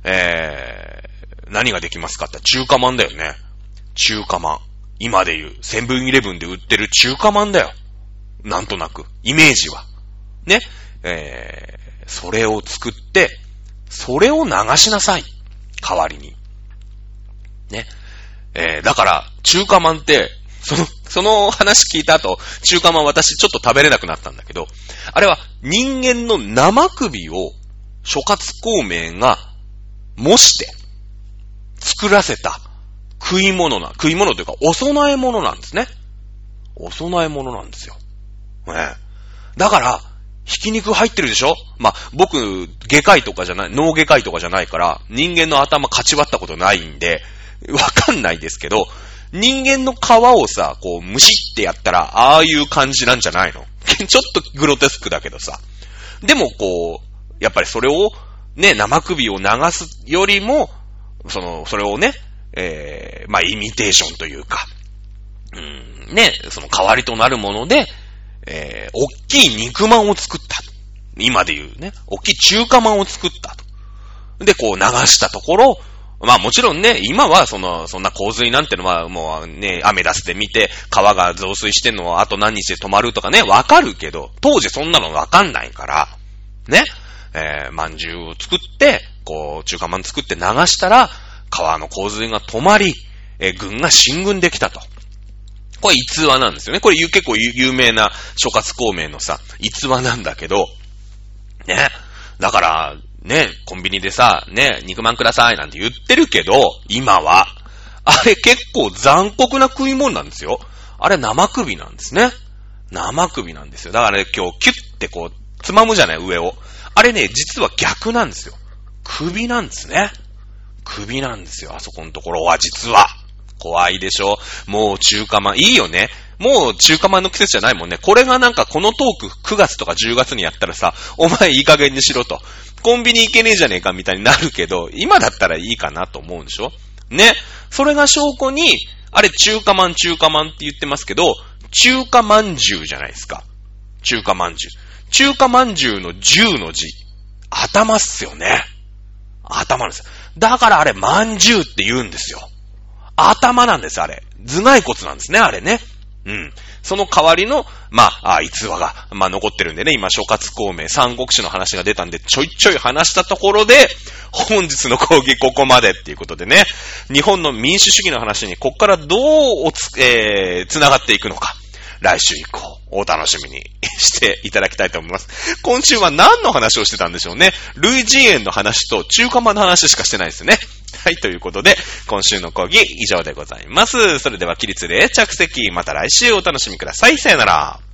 何ができますかって中華まんだよね。中華まん。今で言う、セブンイレブンで売ってる中華まんだよ。なんとなく、イメージは。ね。それを作って、それを流しなさい。代わりに。ね。だから、中華まんって、その話聞いた後、中華まん私ちょっと食べれなくなったんだけど、あれは人間の生首を諸葛孔明が模して作らせた食い物というかお供え物なんですね。お供え物なんですよ。だから、ひき肉入ってるでしょ？まあ、僕、脳外科医とかじゃないから、人間の頭かち割ったことないんで、わかんないですけど、人間の皮をさ、こう、むしってやったら、ああいう感じなんじゃないの？ちょっとグロテスクだけどさ。でもこう、やっぱりそれを、ね、生首を流すよりも、それをね、まあ、イミテーションというか、ね、その代わりとなるもので、大きい肉まんを作った。今で言うね、大きい中華まんを作ったと。で、こう流したところ、まあもちろんね、今はそんな洪水なんてのはもうね、アメダスで見て、川が増水してんのはあと何日で止まるとかね、わかるけど、当時そんなのわかんないから、ね、まんじゅうを作って、こう、中華まん作って流したら、川の洪水が止まり、軍が進軍できたと。これ逸話なんですよね。これ結構有名な諸葛孔明のさ、逸話なんだけど、ね、だから、ね、コンビニでさ、ね、肉まんくださいなんて言ってるけど、今は、あれ結構残酷な食い物なんですよ。あれ生首なんですね。生首なんですよ。だからね、今日キュッてこう、つまむじゃない、上を。あれね、実は逆なんですよ。首なんですね。首なんですよ、あそこのところは実は。怖いでしょ。もう中華まん、いいよね。もう中華まんの季節じゃないもんね。これがなんかこのトーク9月とか10月にやったらさ、お前いい加減にしろと。コンビニ行けねえじゃねえかみたいになるけど、今だったらいいかなと思うんでしょね。それが証拠に、あれ中華まんって言ってますけど、中華まんじゅうじゃないですか。中華まんじゅう。中華まんじゅうの10の字。頭っすよね。頭なんです。だからあれまんじゅうって言うんですよ。頭なんです、あれ。頭蓋骨なんですね、あれね。うん。その代わりの、まあ、逸話が、まあ、残ってるんでね、今、諸葛孔明、三国志の話が出たんで、ちょいちょい話したところで、本日の講義ここまでっていうことでね、日本の民主主義の話に、こっからどう繋がっていくのか、来週以降、 お楽しみにしていただきたいと思います。今週は何の話をしてたんでしょうね。類人猿の話と中華まんの話しかしてないですね。はい、ということで、今週の講義以上でございます。それでは起立例着席、また来週お楽しみください。さよなら。